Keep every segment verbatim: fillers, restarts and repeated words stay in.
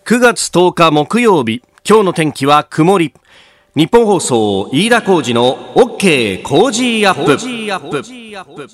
くがつとおか木曜日、今日の天気は曇り。日本放送飯田浩司の OK 工事アップ。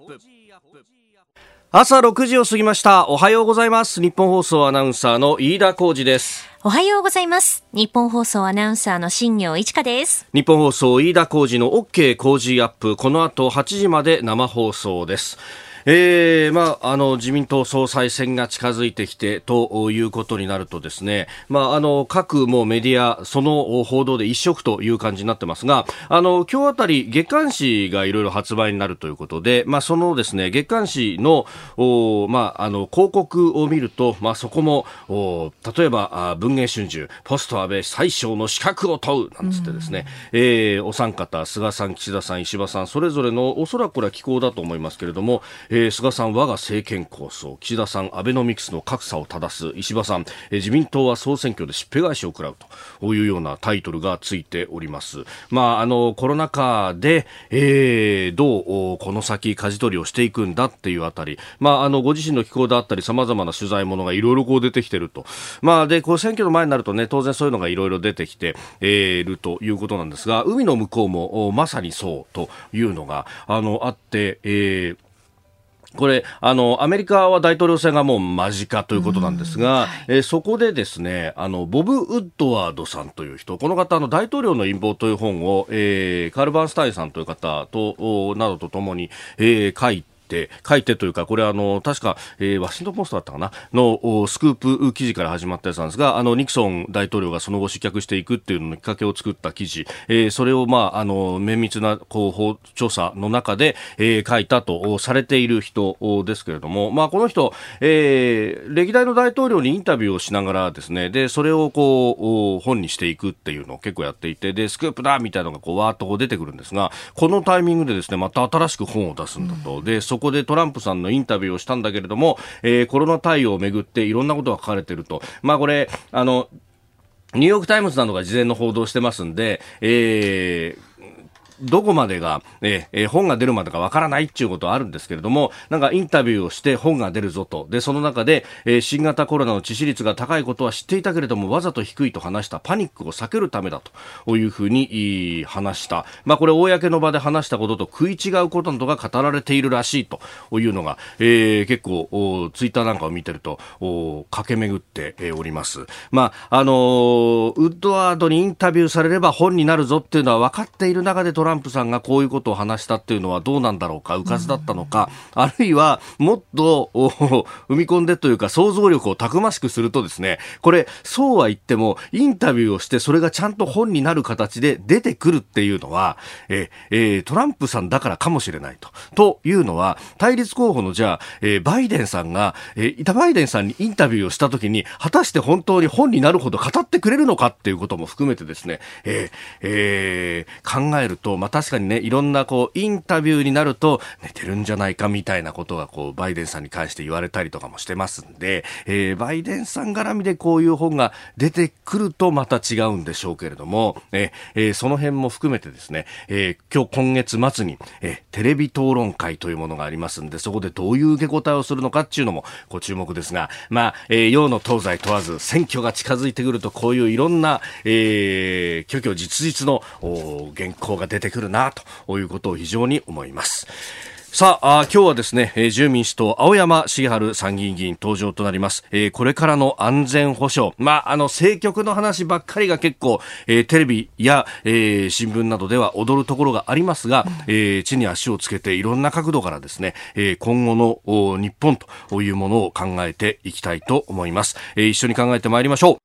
朝ろくじを過ぎました。おはようございます。日本放送アナウンサーの飯田浩司です。 おはようございます。日本放送アナウンサーの新業一華です。 日本放送飯田浩司の OK 工事アップ、この後はちじまで生放送です。えーまあ、あの自民党総裁選が近づいてきてということになるとですね、まあ、あの各もメディアその報道で一色という感じになってますが、あの今日あたり月刊誌がいろいろ発売になるということで、まあ、そのですね月刊誌の、まあ、あの広告を見ると、まあ、そこも例えば文藝春秋ポスト安倍最小の資格を問うなんつってですね、えー、お三方菅さん岸田さん石破さんそれぞれのおそらくこれは機構だと思いますけれども、えー、菅さん我が政権構想、岸田さんアベノミクスの格差を正す、石破さん、えー、自民党は総選挙でしっぺ返しを食らうというようなタイトルがついております。まあ、あのコロナ禍で、えー、どうこの先舵取りをしていくんだっていうあたり、まあ、あのご自身の機構であったり様々な取材ものがいろいろこう出てきてると、まあ、でこう選挙の前になるとね当然そういうのがいろいろ出てきているということなんですが、海の向こうもまさにそうというのがあのあって、えーこれあのアメリカは大統領選がもう間近ということなんですが、はい、えー、そこでですねあのボブ・ウッドワードさんという人、この方あの大統領の陰謀という本を、えー、カール・バーンスタインさんという方となどとともに、えー、書いて書いてというか、これはあの確か、えー、ワシントンポストだったかなのスクープ記事から始まったやつなんですが、あのニクソン大統領がその後失脚していくっていうののきっかけを作った記事、えー、それを、まあ、あの綿密なこう調査の中で、えー、書いたとされている人ですけれども、まあ、この人、えー、歴代の大統領にインタビューをしながらですね、でそれをこう本にしていくっていうのを結構やっていて、でスクープだみたいなのがこうわーっとこう出てくるんですが、このタイミングでですねまた新しく本を出すんだと。でそこでトランプさんのインタビューをしたんだけれども、えー、コロナ対応をめぐっていろんなことが書かれていると。まあこれあのニューヨークタイムズなどが事前の報道してますんで、えーどこまでが、えー、本が出るまでがわからないっていうことはあるんですけれども、なんかインタビューをして本が出るぞと。で、その中で、えー、新型コロナの致死率が高いことは知っていたけれども、わざと低いと話したパニックを避けるためだというふうに話した。まあこれ、公の場で話したことと食い違うことなどが語られているらしいというのが、えー、結構、ツイッターなんかを見てると、駆け巡っております。まあ、あのー、ウッドワードにインタビューされれば本になるぞっていうのは分かっている中でトランプトランプさんがこういうことを話したっていうのはどうなんだろうか、うかずだったのか、うん、あるいはもっと踏み込んでというか想像力をたくましくするとですね、これそうは言ってもインタビューをしてそれがちゃんと本になる形で出てくるっていうのはえ、えー、トランプさんだからかもしれないと。というのは対立候補のじゃあ、えー、バイデンさんが、えー、バイデンさんにインタビューをしたときに果たして本当に本になるほど語ってくれるのかっていうことも含めてですね、えーえー、考えるとまあ、確かにねいろんなこうインタビューになると寝てるんじゃないかみたいなことがこうバイデンさんに関して言われたりとかもしてますんで、えー、バイデンさん絡みでこういう本が出てくるとまた違うんでしょうけれども、えー、その辺も含めてですね、えー、今日今月末に、えー、テレビ討論会というものがありますんで、そこでどういう受け答えをするのかっていうのもご注目ですが、まあ、えー、洋の東西問わず選挙が近づいてくるとこういういろんな、えー、虚虚実実の原稿が出てくるなということを非常に思います。さあ、あ今日はですね、えー、自由民主党青山茂春参議院議員登場となります。えー、これからの安全保障、まあ、あの政局の話ばっかりが結構、えー、テレビや、えー、新聞などでは踊るところがありますが、えー、地に足をつけていろんな角度からですね、えー、今後の日本というものを考えていきたいと思います。えー、一緒に考えてまいりましょう。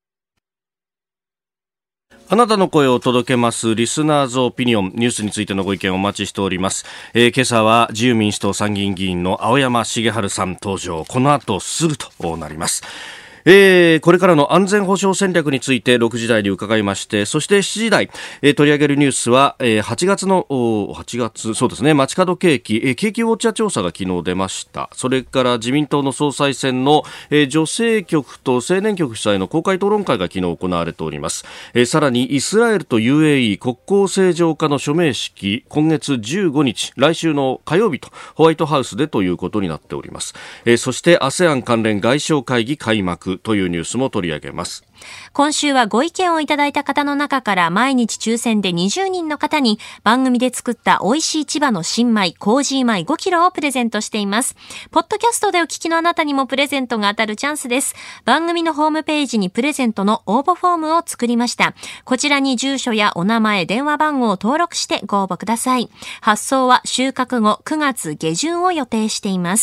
あなたの声を届けますリスナーズオピニオン、ニュースについてのご意見をお待ちしております。えー、今朝は自由民主党参議院議員の青山茂春さん登場、この後すぐとなります。えー、これからの安全保障戦略についてろくじ台に伺いまして、そしてしちじ台、えー、取り上げるニュースは、えー、はちがつのはちがつそうですね街角景気、えー、景気ウォッチャー調査が昨日出ました。それから自民党の総裁選の、えー、女性局と青年局主催の公開討論会が昨日行われております。えー、さらにイスラエルと ユーエーイー 国交正常化の署名式、今月じゅうごにち来週の火曜日とホワイトハウスでということになっております。えー、そして アセアン 関連外相会議開幕、 くというニュースも取り上げます。 今週はご意見をいただいた方の中から毎日抽選でにじゅうにんの方に番組で作った美味しい千葉の新米コージー米ごキロをプレゼントしています。ポッドキャストでお聞きのあなたにもプレゼントが当たるチャンスです。番組のホームページにプレゼントの応募フォームを作りました。こちらに住所やお名前、電話番号を登録してご応募ください。発送は収穫後くがつ下旬を予定しています。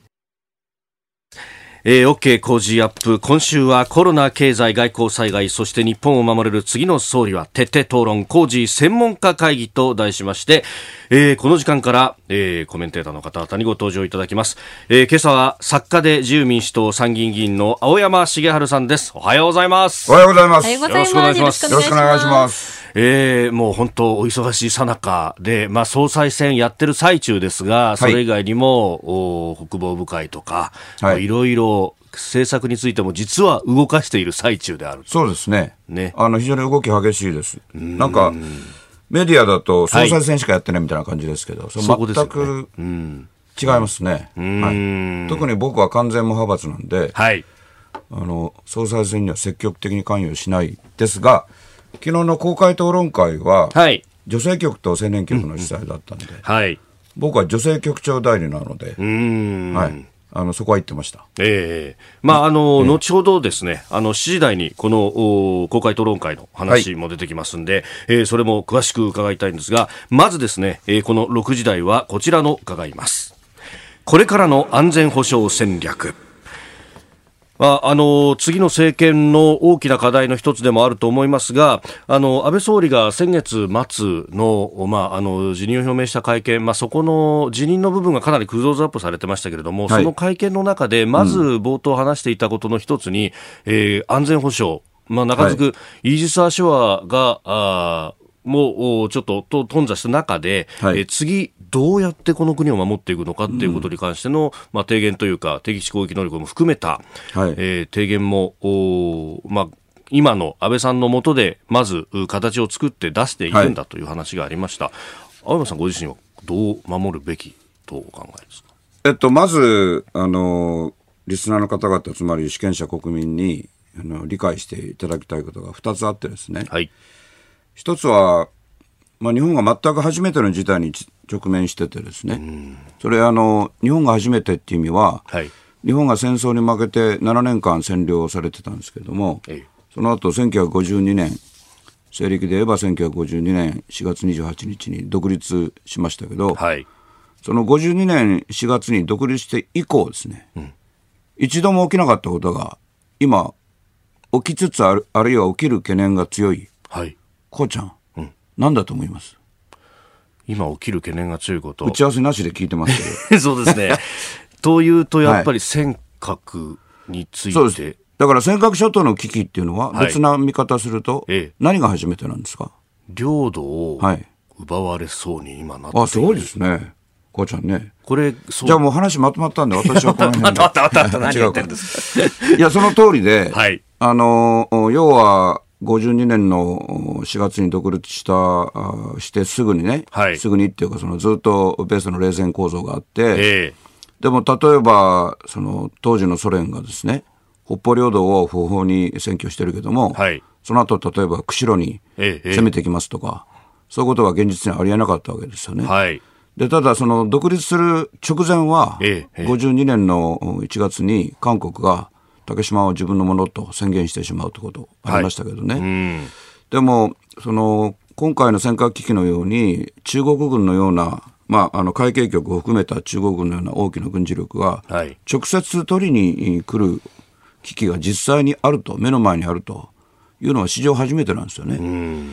えー、OK 工事アップ。今週はコロナ、経済、外交、災害、そして日本を守れる次の総理は徹底討論工事専門家会議と題しまして、えー、この時間から、えー、コメンテーターの方々にご登場いただきます。えー、今朝は作家で自由民主党参議院議員の青山茂春さんです。おはようございます。 おはようございます。 よろしくお願いします。 よろしくお願いします。 えー、もう本当お忙しい最中で、まあ、総裁選やってる最中ですが、それ以外にも、はい、国防部会とか、はい、いろいろ政策についても実は動かしている最中である。 そうですね。ね、あの非常に動き激しいです。んなんかメディアだと総裁選しかやってないみたいな感じですけど、はい、それ全く違いますね。はい、特に僕は完全無派閥なんで、はい、あの総裁選には積極的に関与しないですが、昨日の公開討論会は、はい、女性局と青年局の主催だったんで、うんうんはい、僕は女性局長代理なので、うーん、はい、あのそこは言ってました。 ええー、まああの、えー、後ほどですね、あのしちじ台にこの公開討論会の話も出てきますんで、はい、えー、それも詳しく伺いたいんですが、まずですね、えー、このろくじ台はこちらの伺います。これからの安全保障戦略。ああの次の政権の大きな課題の一つでもあると思いますが、あの安倍総理が先月末の、まあ、あの辞任を表明した会見、まあ、そこの辞任の部分がかなりクローズアップされてましたけれども、はい、その会見の中でまず冒頭話していたことの一つに、うん、えー、安全保障、まあ、中づく、はい、イージス・アショアがあもうちょっと頓挫した中で、はい、え次どうやってこの国を守っていくのかということに関しての、うん、まあ、提言というか敵基地攻撃能力も含めた、はい、えー、提言も、まあ、今の安倍さんの下でまず形を作って出していくんだという話がありました、はい、青山さんご自身はどう守るべきとお考えですか。 えっと、まずあのリスナーの方々、つまり主権者国民にあの理解していただきたいことがふたつあってですね、はい、一つは、まあ、日本が全く初めての事態に直面しててですね、うん、それあの日本が初めてっていう意味は、はい、日本が戦争に負けてななねんかん占領されてたんですけれども、ええ、その後せんきゅうひゃくごじゅうにねん、西暦で言えばせんきゅうひゃくごじゅうにねんしがつにじゅうはちにちに独立しましたけど、はい、そのごじゅうにねんしがつに独立して以降ですね、うん、一度も起きなかったことが今起きつつある、あるいは起きる懸念が強い、はい、こうちゃん、うん、何だと思います？ 今起きる懸念が強いこと、 打ち合わせなしで聞いてますけどそうですねというとやっぱり尖閣について、はい、そうです。 だから尖閣諸島の危機っていうのは別な見方すると何が初めてなんですか？ 領土を奪われそうに今なっている、 あ、すごいですね、こうちゃんね。 これじゃあもう話まとまったんで私はこの辺でまたまたまた何言ってるんですかいやその通りで、はい、あの要はごじゅうにねんのしがつに独立したしてすぐにね、はい、すぐにっていうかそのずっと米ソの冷戦構造があって、えー、でも例えばその当時のソ連がですね北方領土を不法に占拠してるけども、はい、その後例えば釧路に攻めてきますとか、えー、そういうことは現実にありえなかったわけですよね、はい、でただその独立する直前は、えー、ごじゅうにねんのいちがつに韓国が竹島を自分のものと宣言してしまうということありましたけどね、はい、うん、でもその今回の尖閣危機のように中国軍のような、まあ、あの海警局を含めた中国軍のような大きな軍事力が直接取りに来る危機が実際にあると、目の前にあるというのは史上初めてなんですよね、うん、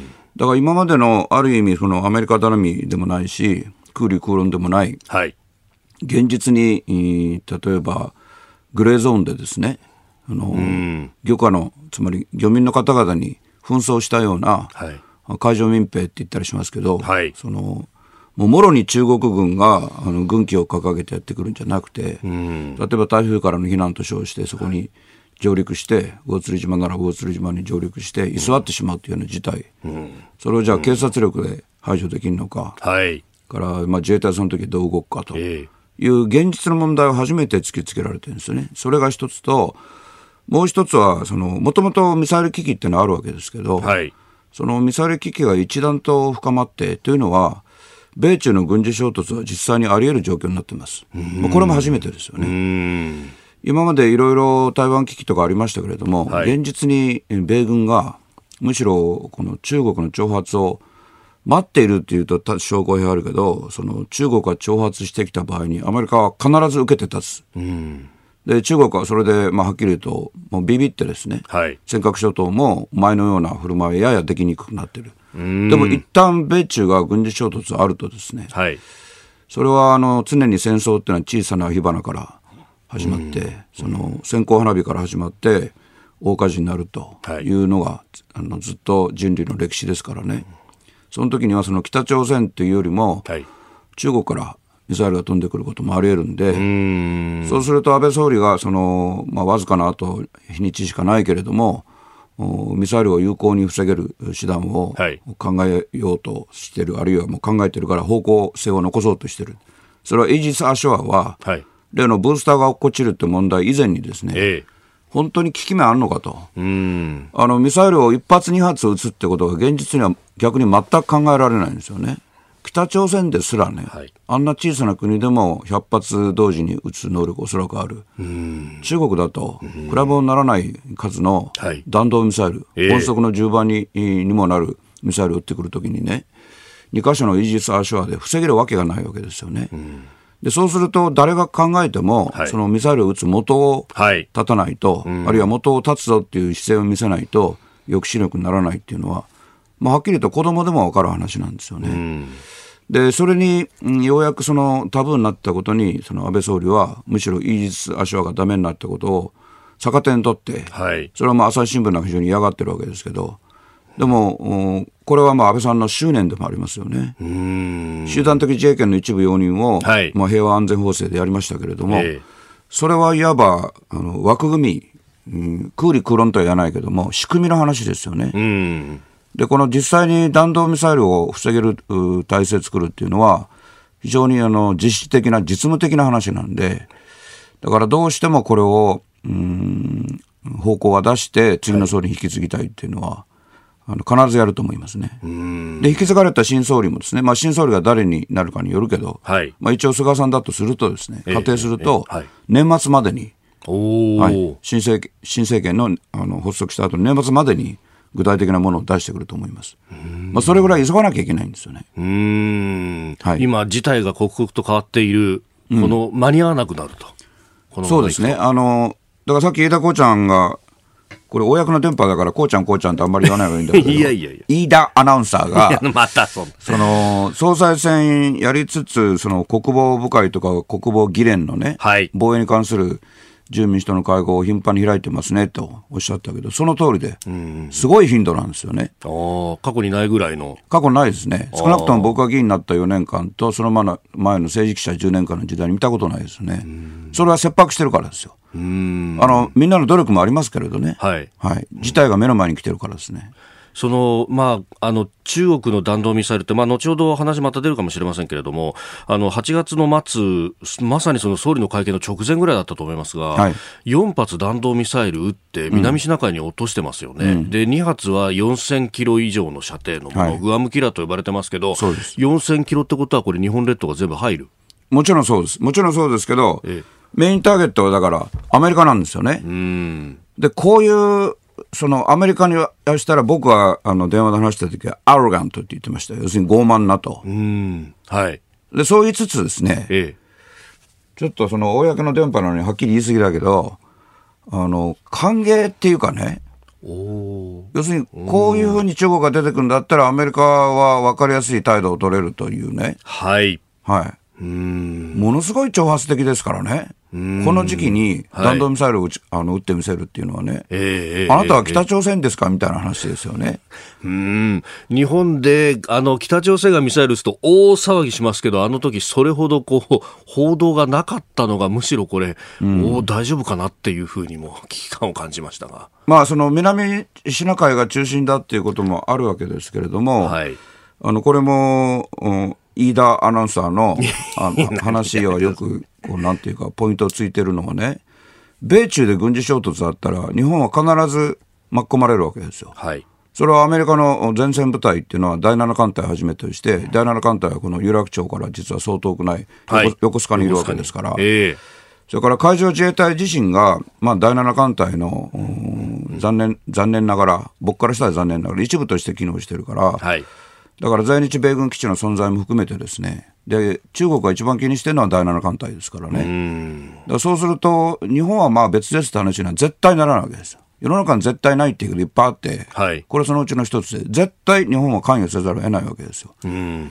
だから今までのある意味そのアメリカ頼みでもないし空理空論でもない、はい、現実に例えばグレーゾーンでですね、あの漁家のつまり漁民の方々に紛争したような、はい、海上民兵って言ったりしますけど、はい、そのもうもろに中国軍があの軍旗を掲げてやってくるんじゃなくて、うん、例えば台風からの避難と称してそこに上陸して、魚釣島なら魚釣島に上陸して居座ってしまうというような事態、うん、それをじゃあ警察力で排除できるのか、うん、はい、から、まあ、自衛隊その時どう動くかという現実の問題を初めて突きつけられてるんですよね。それが一つと、 もう一つは、もともとミサイル危機ってのはあるわけですけど、はい、そのミサイル危機が一段と深まって、というのは、米中の軍事衝突は実際にあり得る状況になっています。これも初めてですよね。うん今までいろいろ台湾危機とかありましたけれども、はい、現実に米軍がむしろこの中国の挑発を待っているっていうと証拠があるけど、その中国が挑発してきた場合にアメリカは必ず受けて立つ。うんで中国はそれで、まあ、はっきり言うともうビビってですね、はい、尖閣諸島も前のような振る舞いややできにくくなっている。でも一旦米中が軍事衝突あるとですね、はい、それはあの常に戦争っていうのは小さな火花から始まってその線香花火から始まって大火事になるというのが、はい、あのずっと人類の歴史ですからね。その時にはその北朝鮮というよりも、はい、中国からミサイルが飛んでくることもあり得るんで、うーんそうすると安倍総理がその、まあ、わずかなあと日にちしかないけれどもミサイルを有効に防げる手段を考えようとしている、はい、あるいはもう考えているから方向性を残そうとしている。それはイージス・アショアは、はい、例のブースターが落っこちるって問題以前にですね、ええ、本当に効き目あるのかと。うーんあのミサイルを一発二発撃つってことが現実には逆に全く考えられないんですよね。北朝鮮ですらね、はい、あんな小さな国でもひゃっぱつ同時に撃つ能力おそらくある。うん中国だと比べ物にならない数の弾道ミサイル、はい、音速のじゅうばんににもなるミサイルを撃ってくるときにねに箇所のイージス・アショアで防げるわけがないわけですよね。うんでそうすると誰が考えても、はい、そのミサイルを撃つ元を立たないと、はい、あるいは元を立つぞっていう姿勢を見せないと抑止力にならないっていうのは、まあ、はっきり言うと子供でも分かる話なんですよね。うんでそれに、うん、ようやくそのタブーになったことにその安倍総理はむしろイージス・アショアがダメになったことを逆手に取って、はい、それはまあ朝日新聞なんか非常に嫌がってるわけですけど、でもこれはまあ安倍さんの執念でもありますよね。うーん集団的自衛権の一部容認を、はいまあ、平和安全法制でやりましたけれども、えー、それはいわばあの枠組み、うん、空理空論とは言わないけども仕組みの話ですよね。うんでこの実際に弾道ミサイルを防げる体制を作るっていうのは非常にあの実質的な実務的な話なんで、だからどうしてもこれをうーん方向は出して次の総理に引き継ぎたいっていうのは、はい、あの必ずやると思いますね。で引き継がれた新総理もですね、まあ、新総理が誰になるかによるけど、はいまあ、一応菅さんだとするとですね仮定すると年末までに、おはい、新政権、新政権 の, あの発足した後年末までに具体的なものを出してくると思います。まあ、それぐらい急がなきゃいけないんですよね。うーん、はい、今事態が刻々と変わっているこの、うん、間に合わなくなるとこのそうですね。あのだからさっき飯田こうちゃんがこれ公の電波だからこうちゃんこうちゃんってあんまり言わない方がいいんだけどいやいやいや飯田アナウンサーがまた そ, その総裁選やりつつその国防部会とか国防議連のね、はい、防衛に関する自由民主党の会合を頻繁に開いてますねとおっしゃったけどその通りですごい頻度なんですよね。 あ過去にないぐらいの過去ないですね。少なくとも僕が議員になったよねんかんとその前の政治記者じゅうねんかんの時代に見たことないですね。それは切迫してるからですよ。うーんあのみんなの努力もありますけれどね、はいはい、事態が目の前に来てるからですね。 そのまあ、あの中国の弾道ミサイルって、まあ、後ほど話また出るかもしれませんけれどもあのはちがつの末まさにその総理の会見の直前ぐらいだったと思いますが、はい、よんぱつ弾道ミサイル撃って南シナ海に落としてますよね、うん、でにはつはよんせんキロ以上の射程のもの、はい、グアムキラーと呼ばれてますけどよんせんキロってことはこれ日本列島が全部入る。 もちろんそうですもちろんそうですけど、ええ、メインターゲットはだからアメリカなんですよね。うんでこういうそのアメリカにしたら僕はあの電話で話した時はアロガントって言ってました。要するに傲慢なと。うん、はい、でそう言いつつですね、ええ、ちょっとその公の電波なのにはっきり言い過ぎだけどあの歓迎っていうかねお要するにこういうふうに中国が出てくるんだったらアメリカは分かりやすい態度を取れるというねはい、はい、うーんものすごい挑発的ですからね。この時期に弾道ミサイルを、はい、あの撃ってみせるっていうのはね、えー、あなたは北朝鮮ですか、えー、みたいな話ですよね。 うーん日本であの北朝鮮がミサイル撃つと大騒ぎしますけどあの時それほどこう報道がなかったのがむしろこれ、うん、お大丈夫かなっていうふうにも危機感を感じましたが、 まあ、その南シナ海が中心だっていうこともあるわけですけれども、はい、あのこれも、うん飯田アナウンサー の, あの話はよくこうなんていうかポイントをついてるのはね米中で軍事衝突あったら日本は必ず巻き込まれるわけですよ。 はい、 それはアメリカの前線部隊っていうのはだいなな艦隊をはじめとして、だいなな艦隊はこの有楽町から実はそう遠くない、はい、横須賀にいるわけですから、えー、それから海上自衛隊自身が、まあ、だいなな艦隊の、うん、残念、残念ながら僕からしたら残念ながら一部として機能してるから、はい、だから在日米軍基地の存在も含めてですね、で中国が一番気にしてるのはだいなな艦隊ですからね。うん、だからそうすると日本はまあ別ですって話には絶対ならないわけですよ。世の中に絶対ないっていうのがいっぱいあって、はい、これはそのうちの一つで絶対日本は関与せざるを得ないわけですよ。うん、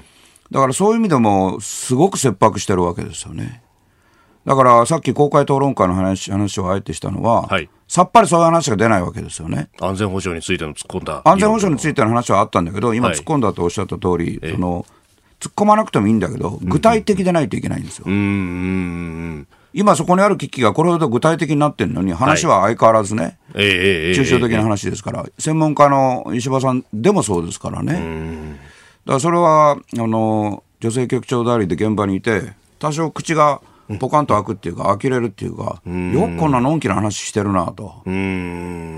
だからそういう意味でもすごく切迫してるわけですよね。だからさっき公開討論会の 話, 話をあえてしたのは、はい、さっぱりそういう話が出ないわけですよね。 安全保障についての突っ込んだ安全保障についての話はあったんだけど、今突っ込んだとおっしゃった通り、はい、その突っ込まなくてもいいんだけど具体的でないといけないんですよ。うんうんうん今そこにある危機がこれほど具体的になってるのに話は相変わらずね、はいえー、抽象的な話ですから、えーえー、専門家の石破さんでもそうですからね。うんだからそれはあの女性局長代理で現場にいて多少口がポカンと開くっていうか呆れるっていうか、うんよくこんなのんきな話してるなと。うん、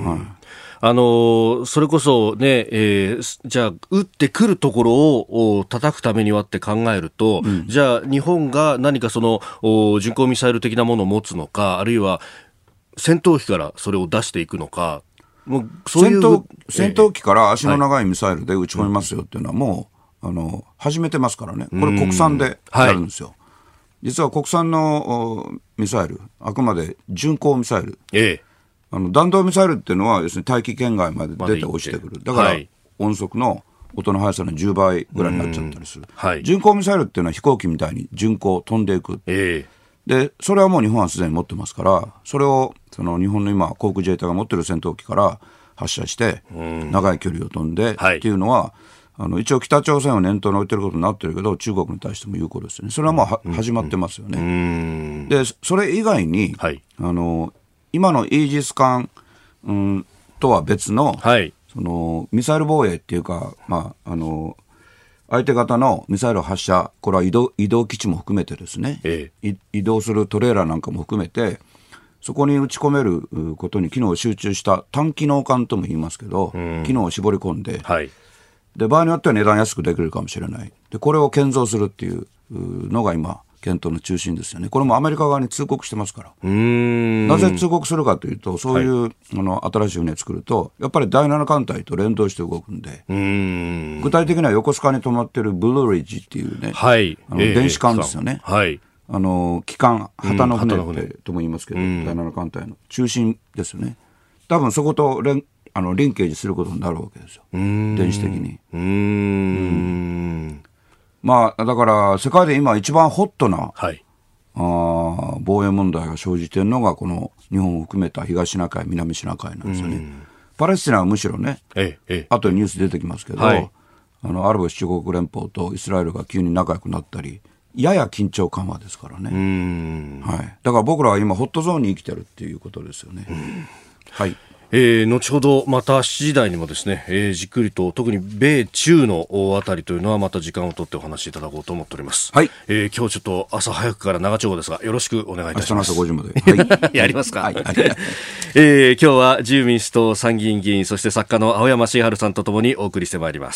はいあのそれこそね、えー、じゃあ撃ってくるところを叩くためにはって考えると、うん、じゃあ日本が何かその巡航ミサイル的なものを持つのか、あるいは戦闘機からそれを出していくのか、もうそういう戦闘、戦闘機から足の長いミサイルで撃ち込みますよっていうのはもう、はい、あの始めてますからね。これ国産でやるんですよ。はい実は国産のミサイルあくまで巡航ミサイル、ええ、あの弾道ミサイルっていうのは要するに大気圏外まで出て落ちてくる。だから、はい、音速の音の速さのじゅうばいぐらいになっちゃったりする、はい、巡航ミサイルっていうのは飛行機みたいに巡航飛んでいく、ええ、でそれはもう日本はすでに持ってますから、それをその日本の今航空自衛隊が持ってる戦闘機から発射して長い距離を飛んで、はい、っていうのはあの一応北朝鮮を念頭に置いてることになってるけど中国に対しても有効ですよね。それはもうは、うん、始まってますよね。うんでそれ以外に、はい、あの今のイージス艦、うん、とは別の、はい、そのミサイル防衛っていうか、まあ、あの相手方のミサイル発射これは移動、移動基地も含めてですね、ええ、移動するトレーラーなんかも含めてそこに打ち込めることに機能を集中した単機能艦とも言いますけど、うん、機能を絞り込んで、はいで場合によっては値段安くできるかもしれない。でこれを建造するっていうのが今検討の中心ですよね。これもアメリカ側に通告してますから。うーんなぜ通告するかというとそういう、はい、あの新しい船作るとやっぱりだいなな艦隊と連動して動くんで、うーん具体的には横須賀に止まってるブルーリッジっていうね、はい、あの電子艦ですよね、えーはい、あの機関旗の船ってとも言いますけどだいなな艦隊の中心ですよね。多分そこと連あのリンケージすることになるわけですよ。電子的に。うーんうんまあだから世界で今一番ホットな、はい、あ防衛問題が生じているのがこの日本を含めた東シナ海南シナ海なんですよね。パレスチナはむしろね、ええ、後でニュース出てきますけど、はい、あのアラブ首長国連邦とイスラエルが急に仲良くなったりやや緊張緩和ですからね。うーん、はい、だから僕らは今ホットゾーンに生きてるっていうことですよね。はいえー、後ほどまたしちじ台にもですね、えー、じっくりと特に米中のあたりというのはまた時間を取ってお話しいただこうと思っております。はい、えー、今日ちょっと朝早くから長丁場ですがよろしくお願いいたします。 明日の朝ごじまで、 はい、やりますか、はいはいえー、今日は自由民主党参議院議員そして作家の青山茂春さんとともにお送りしてまいります。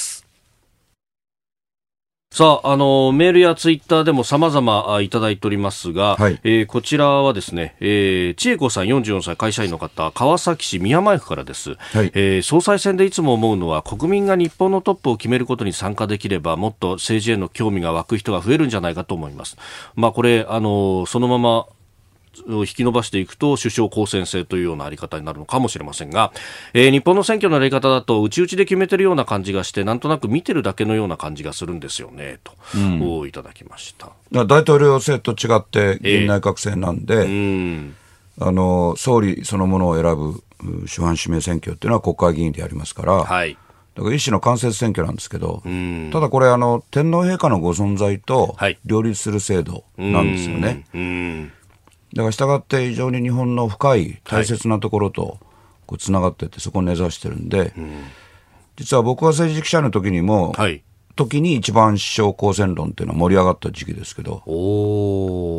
さあ、あのメールやツイッターでも様々いただいておりますが、はいえー、こちらはですね、えー、千恵子さんよんじゅうよんさい会社員の方川崎市宮前区からです、はいえー、総裁選でいつも思うのは国民が日本のトップを決めることに参加できればもっと政治への興味が湧く人が増えるんじゃないかと思います。まあこれあのそのまま引き伸ばしていくと首相公選制というようなあり方になるのかもしれませんが、えー、日本の選挙のやり方だと内々で決めてるような感じがしてなんとなく見てるだけのような感じがするんですよねと、うん、いただきました。 だ大統領制と違って議員内閣制なんで、えーうん、あの総理そのものを選ぶ主犯指名選挙っていうのは国会議員でやりますから、はい、だから一種の間接選挙なんですけど、うん、ただこれあの天皇陛下のご存在と両立する制度なんですよね、はいうんうんだからしたがって非常に日本の深い大切なところとこうつながっていってそこを根ざしてるんで、うん、実は僕は政治記者の時にも、はい、時に一番首相公選論っていうのは盛り上がった時期ですけどお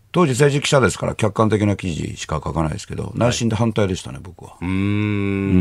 当時政治記者ですから客観的な記事しか書かないですけど、内心で反対でしたね、はい、僕は。 うーん、うん、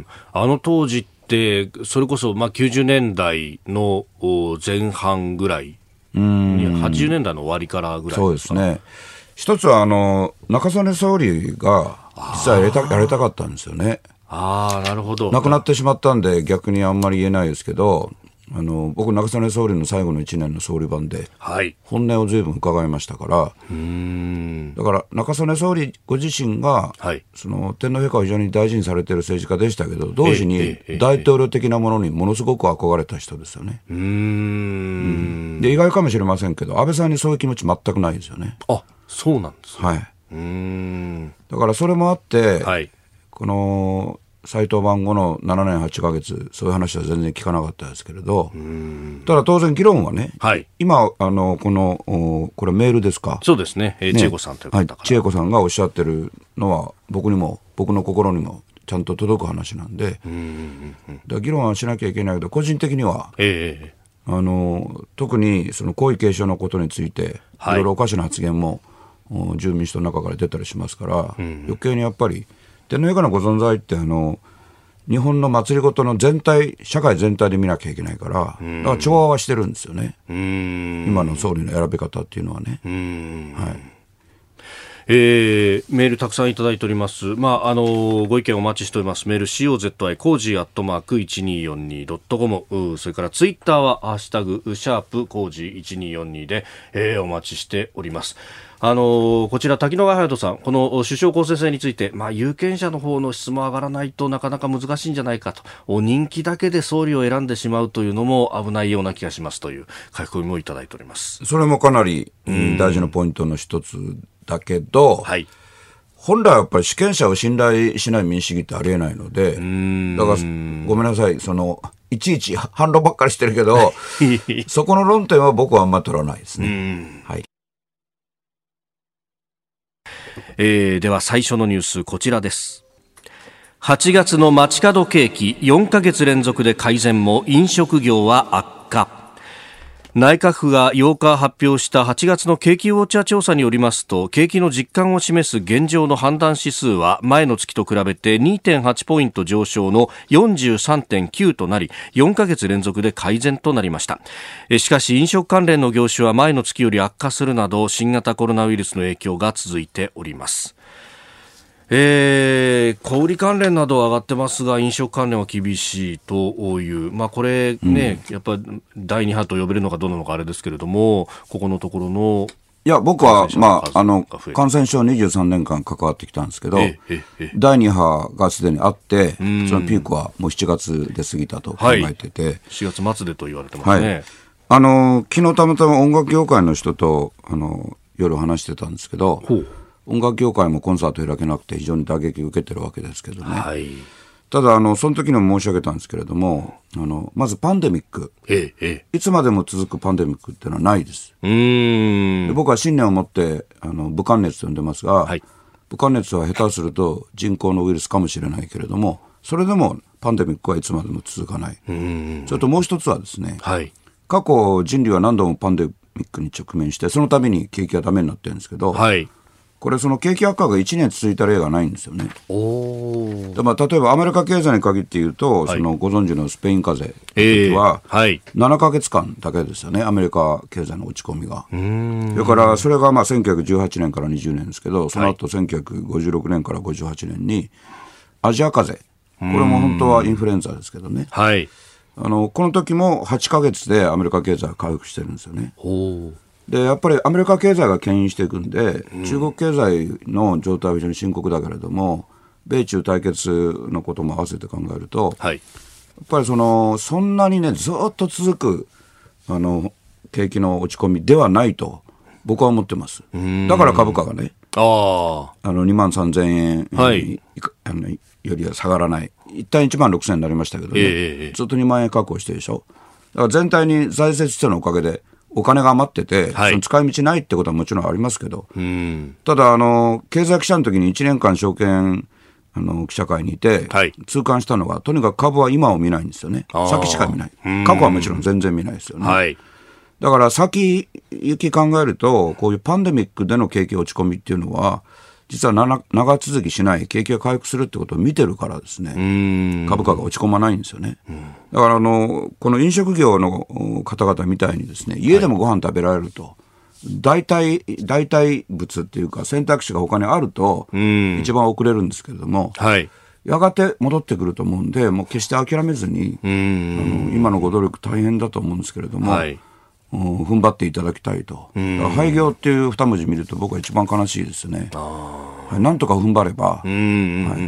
あの当時ってそれこそまあきゅうじゅうねんだいの前半ぐらい、うーん、はちじゅうねんだいの終わりからぐらい。 そうですね。一つはあの中曽根総理が実はやりた、やりたかったんですよね。 ああ、なるほど。 亡くなってしまったんで逆にあんまり言えないですけど、あの僕中曽根総理の最後のいちねんの総理番で本音を随分伺いましたから、はい、うーん、だから中曽根総理ご自身が、はい、その天皇陛下を非常に大事にされている政治家でしたけど、同時に大統領的なものにものすごく憧れた人ですよね。うーん、うん、で意外かもしれませんけど安倍さんにそういう気持ち全くないですよね。 あ、そうなんですね。 はい、うーん、だからそれもあって、はい、この再登板後のななねんはちかげつそういう話は全然聞かなかったですけれど、うーん、ただ当然議論はね、はい、今あのこのこれメールですか。 そうですね、えー、千恵子さんという方から、 はい、千恵子さんがおっしゃってるのは僕にも僕の心にもちゃんと届く話なんで、うーん、だから議論はしなきゃいけないけど個人的には、えー、あの特にその皇位継承のことについて、はい、いろいろおかしな発言も自由民主党の中から出たりしますから、うん、余計にやっぱり天皇陛下のご存在ってあの日本の祭りごとの全体社会全体で見なきゃいけないから、だから調和はしてるんですよね。うーん、今の総理の選び方っていうのはね。うーん、はい、 えー、メールたくさんいただいております。まあ、あのご意見お待ちしております。メール シーオーゼットアイ コージーアットマーク いちにーよんにードットコム、 それからツイッターはハッシュタグシャープコージーいちにーよんにーで、えー、お待ちしております。あのこちら滝野川隼人さん、この首相公正制について、まあ、有権者の方の質も上がらないとなかなか難しいんじゃないかと、人気だけで総理を選んでしまうというのも危ないような気がしますという書き込みもいただいております。 それもかなり、うん、大事なポイントの一つだけど、はい、本来はやっぱり主権者を信頼しない民主主義ってありえないので、うーん、だからごめんなさい、そのいちいち反論ばっかりしてるけどそこの論点は僕はあんま取らないですね。うん、はい、 えー、では最初のニュースこちらです。はちがつの街角景気よんかげつ連続で改善も飲食業は悪化。内閣府がようか発表したはちがつの景気ウォッチャー調査によりますと、景気の実感を示す現状の判断指数は前の月と比べて にてんはち ポイント上昇の よんじゅうさんてんきゅう となり、よんかげつ連続で改善となりました。しかし飲食関連の業種は前の月より悪化するなど新型コロナウイルスの影響が続いております。えー、小売関連などは上がってますが飲食関連は厳しいという、まあ、これね、うん、やっぱりだいに波と呼べるのかどうなのかあれですけれども、ここのところのいや僕は、まあ、あの感染症にじゅうさんねんかん関わってきたんですけど、えええだいに波がすでにあって、そのピークはもうしちがつで過ぎたと考えてて、はい、 しがつ末でと言われてますね。はい、 あの昨日たまたま音楽業界の人とあの夜話してたんですけど、ほう、音楽業界もコンサート開けなくて非常に打撃を受けてるわけですけどね、はい、ただあのその時にも申し上げたんですけれども、あのまずパンデミック、ええ、いつまでも続くパンデミックっていうのはないです。うーん、で僕は信念を持ってあの武漢熱と呼んでますが、はい、武漢熱は下手すると人工のウイルスかもしれないけれども、それでもパンデミックはいつまでも続かない。うーん、それともう一つはですね、はい、過去人類は何度もパンデミックに直面してそのために景気がダメになってるんですけど、はい、これその景気悪化がいちねん続いた例がないんですよね。おで、まあ、例えばアメリカ経済に限って言うと、はい、そのご存知のスペイン風邪の時は、えーはい、ななかげつかんだけですよね、アメリカ経済の落ち込みが。うーん、それからそれがまあせんきゅうひゃくじゅうはちねんからにじゅうねんですけど、その後せんきゅうひゃくごじゅうろくねんからごじゅうはちねんにアジア風邪、これも本当はインフルエンザですけどね、はい、あのこの時もはちかげつでアメリカ経済が回復してるんですよね。ほうでやっぱりアメリカ経済が牽引していくんで、うん、中国経済の状態は非常に深刻だけれども、米中対決のことも合わせて考えると、はい、やっぱりそのそんなにねずっと続くあの景気の落ち込みではないと僕は思ってます。だから株価がね、ああのにまんさんぜんえん、はい、あのよりは下がらない、一旦いちまんろくせんえんになりましたけどね、えー、ずっとにまんえん確保してるでしょ。だから全体に財政秩序のおかげでお金が余ってて、はい、その使い道ないってことはもちろんありますけど、うん、ただあの経済記者の時にいちねんかん証券あの記者会にいて、はい、痛感したのがとにかく株は今を見ないんですよね。先しか見ない。過去はもちろん全然見ないですよね。はい、 だから先行き考えると、こういうパンデミックでの景気落ち込みっていうのは、実は長続きしない、景気が回復するってことを見てるからですね、株価が落ち込まないんですよね。だからあの、この飲食業の方々みたいにですね、家でもご飯食べられると、はい、代替、代替物っていうか、選択肢が他にあると、一番遅れるんですけれども、はい、やがて戻ってくると思うんで、もう決して諦めずに、あの今のご努力大変だと思うんですけれども、はい、うん、踏ん張っていただきたいと。廃業っていう二文字見ると僕は一番悲しいですね。はい、なんとか踏ん張れば、はい、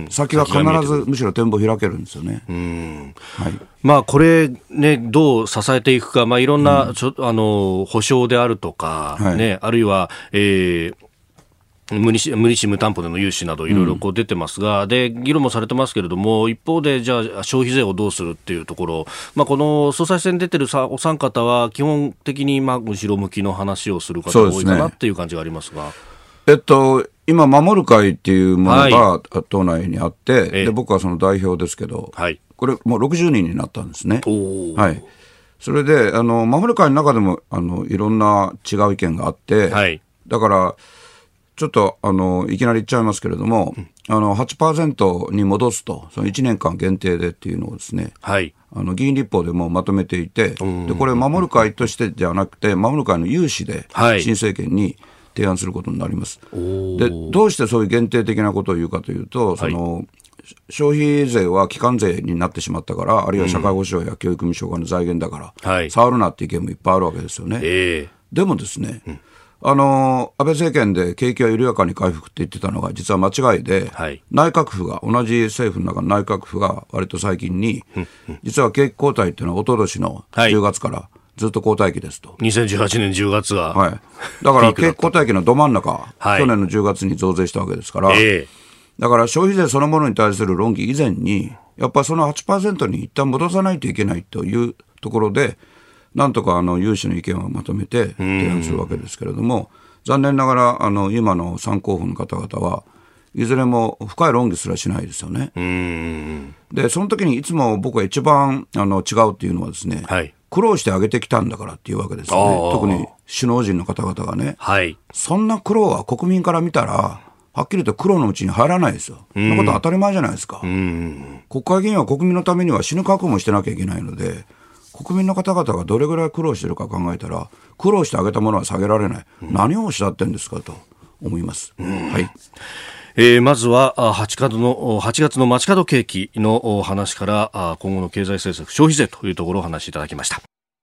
先は必ずむしろ展望開けるんですよね。うんはい、まあ、これ、ね、どう支えていくか、まあ、いろんなちょ、うん、あの保証であるとか、はいね、あるいは、えー無利子、無利子無担保での融資などいろいろこう出てますが、うん、で議論もされてますけれども、一方でじゃあ消費税をどうするっていうところ、まあ、この総裁選に出てるさお三方は基本的にまあ後ろ向きの話をする方が多いかなっていう感じがありますが、 えっと、今守る会っていうものが党内にあって、はい、で僕はその代表ですけど、はい、これもうろくじゅうにんになったんですね。はい、それであの守る会の中でもあのいろんな違う意見があって、はい、だからちょっとあのいきなり言っちゃいますけれども、うん、あの はちパーセント に戻すと、そのいちねんかん限定でっていうのをですね、はい、あの議員立法でもまとめていて、でこれ守る会としてじゃなくて守る会の有志で新政権に提案することになります。はい、でどうしてそういう限定的なことを言うかというと、その、はい、消費税は基幹税になってしまったから、あるいは社会保障や教育無償化の財源だから、うん、触るなって意見もいっぱいあるわけですよね。えー、でもですね、うん、あの安倍政権で景気は緩やかに回復って言ってたのが実は間違いで、はい、内閣府が同じ政府の中の内閣府が割と最近に、うんうん、実は景気後退っていうのは一昨年のじゅうがつからずっと後退期ですと、 はい、にせんじゅうはちねんじゅうがつが、 はい、だから景気後退期のど真ん中、はい、去年のじゅうがつに増税したわけですから、えー、だから消費税そのものに対する論議以前にやっぱりその はちパーセント に一旦戻さないといけないというところで、なんとかあの有志の意見をまとめて提案するわけですけれども、残念ながらあの今の参候補の方々はいずれも深い論議すらしないですよね。うーんでその時にいつも僕は一番あの違うっていうのはですね、はい、苦労して上げてきたんだからっていうわけですよね。特に首脳陣の方々がね、はい、そんな苦労は国民から見たらはっきりと苦労のうちに入らないですよ。そんなこと当たり前じゃないですか。うーん国会議員は国民のためには死ぬ覚悟もしてなきゃいけないので、国民の方々がどれぐらい苦労してるか考えたら、苦労してあげたものは下げられない、うん、何をおっしゃってるんですかと思います。はい。 えー、まずははちがつのはちがつの街角景気の話から今後の経済政策、消費税というところをお話しいただきました。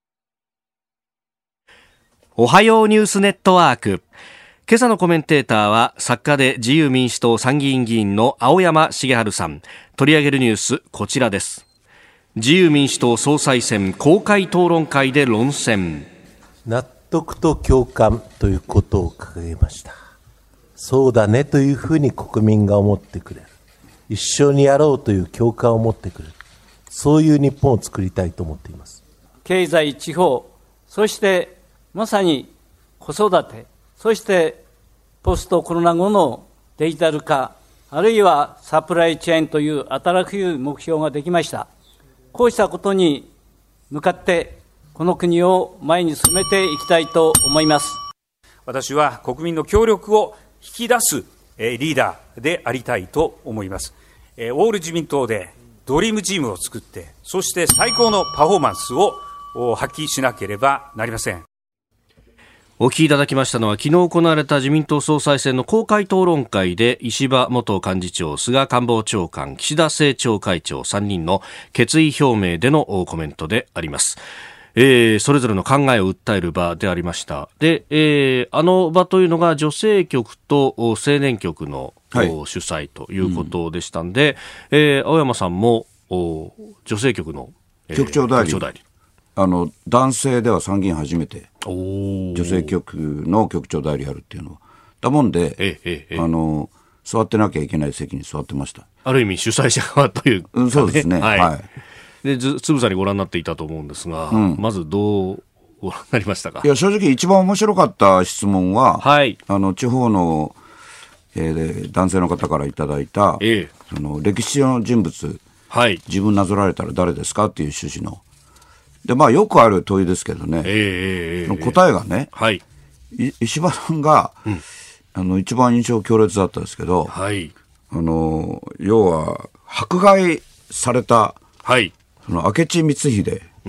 おはようニュースネットワーク、今朝のコメンテーターは作家で自由民主党参議院議員の青山茂春さん。取り上げるニュースこちらです。自由民主党総裁選公開討論会で論戦。 納得と共感ということを掲げました。そうだねというふうに国民が思ってくれる、一緒にやろうという共感を持ってくれる、そういう日本を作りたいと思っています。 経済、地方、そしてまさに子育て、そしてポストコロナ後のデジタル化、あるいはサプライチェーンという新しい目標ができました。こうしたことに向かってこの国を前に進めていきたいと思います。 私は国民の協力を引き出すリーダーでありたいと思います。オール自民党でドリームチームを作って、そして最高のパフォーマンスを発揮しなければなりません。 お聞きいただきましたのは、昨日行われた自民党総裁選の公開討論会で、石破元幹事長、菅官房長官、岸田政調会長さんにんの決意表明でのコメントであります。えー、それぞれの考えを訴える場でありました。で、えー、あの場というのが女性局と青年局の、はい、主催ということでしたんで、うん、えー、青山さんも女性局の、 えー、局長代理、局長代理、あの男性では参議院初めて女性局の局長代理やるっていうのはだもんで、ええええ、あの座ってなきゃいけない席に座ってました。 ある意味主催者側というか、ね、 うん、そうですね、はいはい、 でずつぶさにご覧になっていたと思うんですが、うん、まずどうご覧になりましたか。 いや正直一番面白かった質問は、はい、あの地方の、えー、男性の方からいただいた、ええ、その歴史上の人物、はい、自分なぞられたら誰ですかっていう趣旨ので、まあ、よくある問いですけどね、 えー、 答えがね、 はい、 石破さんが、うん、あの一番印象強烈だったんですけど、 はい、 あの要は迫害された、 はい、 その明智光秀、うん、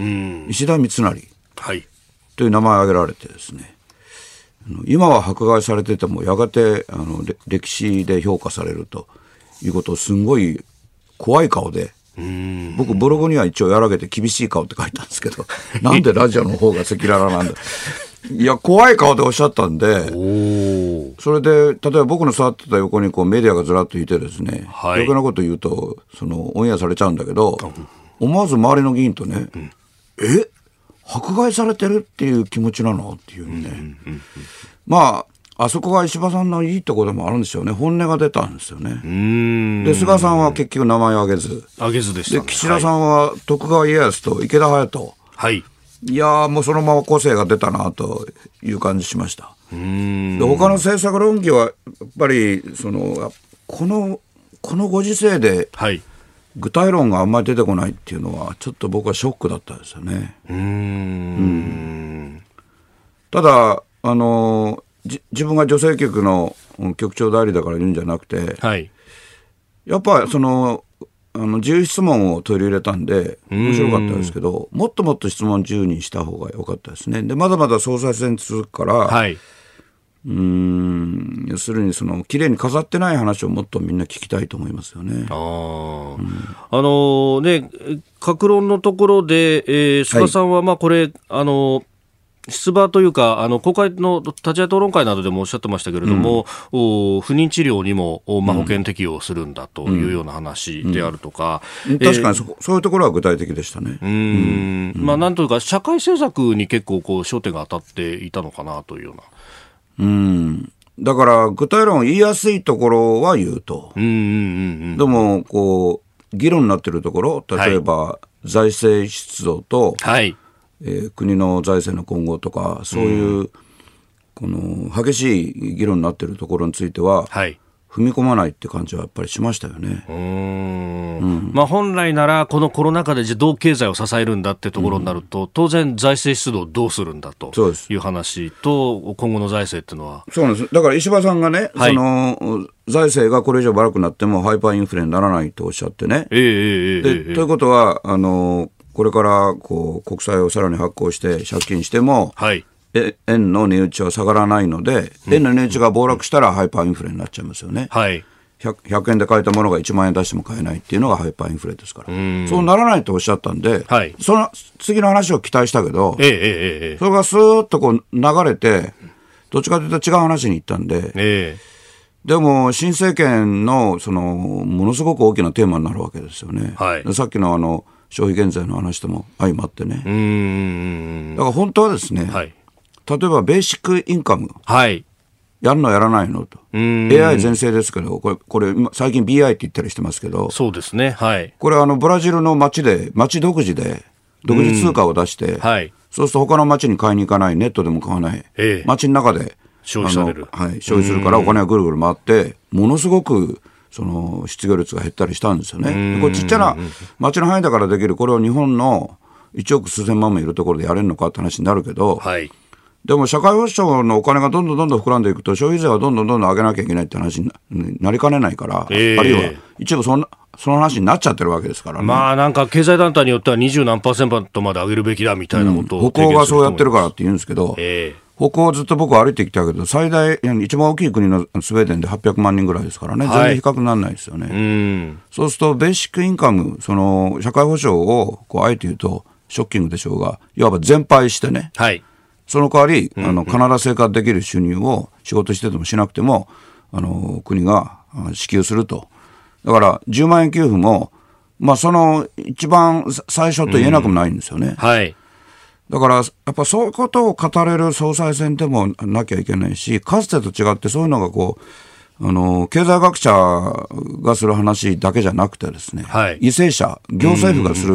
石田三成、 はい、 という名前を挙げられてですね、今は迫害されててもやがてあの歴史で評価されるということをすんごい怖い顔で、うん僕ブログには一応やらげて厳しい顔って書いたんですけどなんでラジオの方が赤裸々なんだいや怖い顔でおっしゃったんで、それで例えば僕の座ってた横にこうメディアがずらっといてですね、はい、余計なこと言うとそのオンエアされちゃうんだけど、思わず周りの議員とね、うん、え迫害されてるっていう気持ちなのっていうね、うんうんうん、まああそこが石破さんのいいところでもあるんですよね。本音が出たんですよね。うーんで菅さんは結局名前を挙げず挙げずでしたね。 で岸田さんは徳川家康と池田隼人、はい、いやもうそのまま個性が出たなという感じしました。うーんで他の政策論議はやっぱりそのこのこのご時世で、はい具体論があんまり出てこないっていうのはちょっと僕はショックだったですよね。うーん、うん、ただあのじ自分が女性局の局長代理だから言うんじゃなくて、はい、やっぱそのあの自由質問を取り入れたんで面白かったですけど、もっともっと質問自由にした方が良かったですね。でまだまだ総裁選続くから、はい、うーん要するにその綺麗に飾ってない話をもっとみんな聞きたいと思いますよね。あ、 うん、あのね各論のところで、えー、菅さんはまあこれ、はい、あの出馬というかあの公開の立ち会い討論会などでもおっしゃってましたけれども、うん、不妊治療にも、まあ、保険適用するんだというような話であるとか、 うんうん、確かに そ, そういうところは具体的でしたね。 うん、うんまあ、なんというか社会政策に結構こう焦点が当たっていたのかなというような。 うんだから具体論を言いやすいところは言うと、うんうんうんうん、でもこう議論になっているところ例えば、はい、財政出動と、はいえー、国の財政の今後とかそういう、うん、この激しい議論になっているところについては、はい、踏み込まないって感じはやっぱりしましたよね。うーん、 うんまあ、本来ならこのコロナ禍でどう経済を支えるんだってところになると、うん、当然財政出動をどうするんだという話と今後の財政っていうのはそうなんです。だから石破さんがね、はい、その財政がこれ以上悪くなってもハイパーインフレにならないとおっしゃってね、えーえーでえー、ということはあのこれからこう国債をさらに発行して借金しても、はい円の値打ちは下がらないので、うん、円の値打ちが暴落したらハイパーインフレになっちゃいますよね、はい、100, ひゃくえんで買えたものがいちまんえん出しても買えないっていうのがハイパーインフレですから、うそうならないとおっしゃったんで、はい、その次の話を期待したけど、ええええ、それがスーッとこう流れてどっちかというと違う話に行ったんで、ええ、でも新政権 の, そのものすごく大きなテーマになるわけですよね、はい、さっき の, あの消費減税の話とも相まってね。うーんだから本当はですね、はい例えばベーシックインカム、はい、やるのやらないのと エーアイ 全盛ですけどこれ、これ最近 ビーアイ って言ったりしてますけどそうですね、はい、 これあのブラジルの町で町独自で独自通貨を出して、はい、そうすると他の町に買いに行かないネットでも買わない、ええ、町の中で消費される、 はい、消費するからお金がぐるぐる回ってものすごくその失業率が減ったりしたんですよね。これちっちゃな町の範囲だからできるこれを日本のいちおく数千万もいるところでやれるのかって話になるけど、はいでも社会保障のお金がどんどんどんどん膨らんでいくと消費税はどんどんどんどん上げなきゃいけないって話に な, なりかねないから、えー、あるいは一部そのその話になっちゃってるわけですからね。 まあなんか経済団体によってはにじゅうなんパーセントまで上げるべきだみたいなことを、 うん、北欧がそうやってるからって言うんですけど、えー、北欧ずっと僕は歩いてきたけど最大一番大きい国のスウェーデンではっぴゃくまんにんぐらいですからね、はい、全然比較にならないですよね。うんそうするとベーシックインカムその社会保障をこうあえて言うとショッキングでしょうがいわば全廃してね、はいその代わり、うんうん、あの必ず生活できる収入を仕事しててもしなくてもあの国が支給すると。だからじゅうまんえん給付も、まあ、その一番最初と言えなくもないんですよね、うんはい、だからやっぱそういうことを語れる総裁選でもなきゃいけないしかつてと違ってそういうのがこうあの経済学者がする話だけじゃなくてですね、はい、為政者行政府がする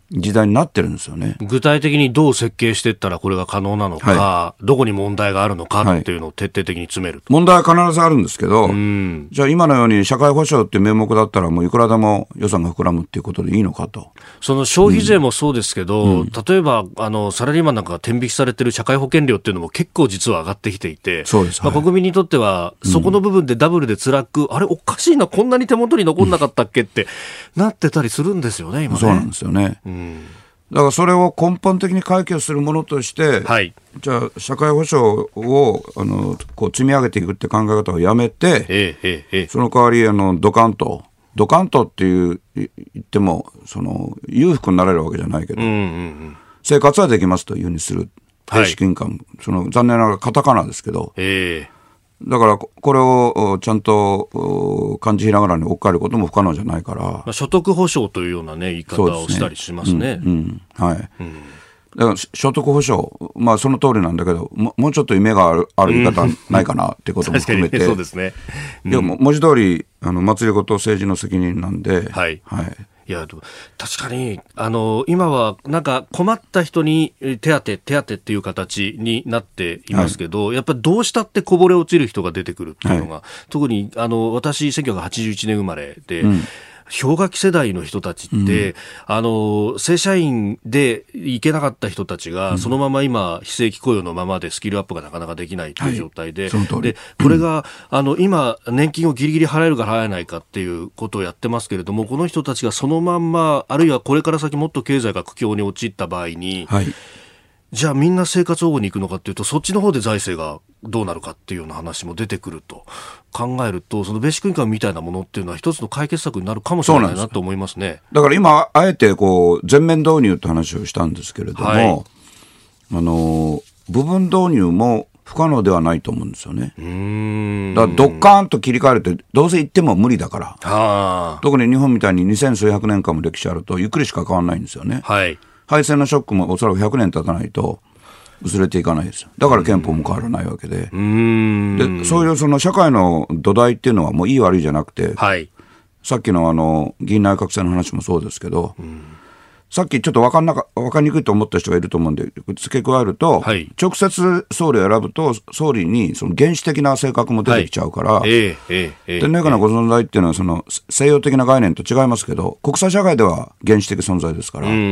時代になってるんですよね。 具体的にどう設計していったらこれが可能なのか、はい、どこに問題があるのかっていうのを徹底的に詰めると、 はい、問題は必ずあるんですけど、じゃあ今のように社会保障っていう名目だったらもういくらでも予算が膨らむっていうことでいいのかと。 その消費税もそうですけど、うん、例えばあのサラリーマンなんかが天引きされてる社会保険料っていうのも結構実は上がってきていて、 そうです、はい、 まあ、国民にとってはそこの部分でダブルで辛く、うん、あれおかしいな、こんなに手元に残んなかったっけってなってたりするんですよね、今ね。 そうなんですよね、うん、だからそれを根本的に解決するものとして、はい、じゃあ社会保障をあのこう積み上げていくって考え方をやめて、ええええ、その代わりあのドカンとドカンとっていう言ってもその裕福になれるわけじゃないけど、うんうんうん、生活はできますというふうにするベーシックインカム、はい、その残念ながらカタカナですけど、ええ、だからこれをちゃんと漢字ひらがなに置き換えることも不可能じゃないから、まあ、所得保障というような、ね、言い方をしたりしますね。 うんうん、はい、うん、だから所得保障、まあ、その通りなんだけど も, もうちょっと夢がある、ある言い方ないかなっていうことも含めて、 うん、そうですね、 うん、いや文字通りあの祭りごと政治の責任なんで、はいはい、 いや確かにあの今はなんか困った人に手当手当っていう形になっていますけど、はい、やっぱりどうしたってこぼれ落ちる人が出てくるっていうのが、はい、特にあの私せんきゅうひゃくはちじゅういちねん生まれで、うん、氷河期世代の人たちって、うん、あの正社員で行けなかった人たちが、うん、そのまま今非正規雇用のままでスキルアップがなかなかできないという状態で、はい、でこれが、うん、あの今年金をギリギリ払えるか払えないかっていうことをやってますけれども、この人たちがそのまんまあるいはこれから先もっと経済が苦境に陥った場合に、はい、じゃあみんな生活保護に行くのかっていうと、そっちの方で財政がどうなるかっていうような話も出てくると考えると、そのベーシックインカムみたいなものっていうのは一つの解決策になるかもしれないなと思いますね。 だから今あえてこう全面導入って話をしたんですけれども、はい、あの部分導入も不可能ではないと思うんですよね。うーん、だからドッカーンと切り替えるってどうせ言っても無理だから、は特に日本みたいににせん数百年間も歴史あるとゆっくりしか変わらないんですよね。はい、敗戦のショックもおそらくひゃくねん経たないと薄れていかないですよ。だから憲法も変わらないわけで、うーんでそういうその社会の土台っていうのはもういい悪いじゃなくて、はい、さっきのあの議員内閣制の話もそうですけど、さっきちょっと分かんなか分かりにくいと思った人がいると思うんで付け加えると、はい、直接総理を選ぶと総理にその原始的な性格も出てきちゃうから、はい、えーえー、天皇家のご存在っていうのはその西洋的な概念と違いますけど、国際社会では原始的存在ですから、うん、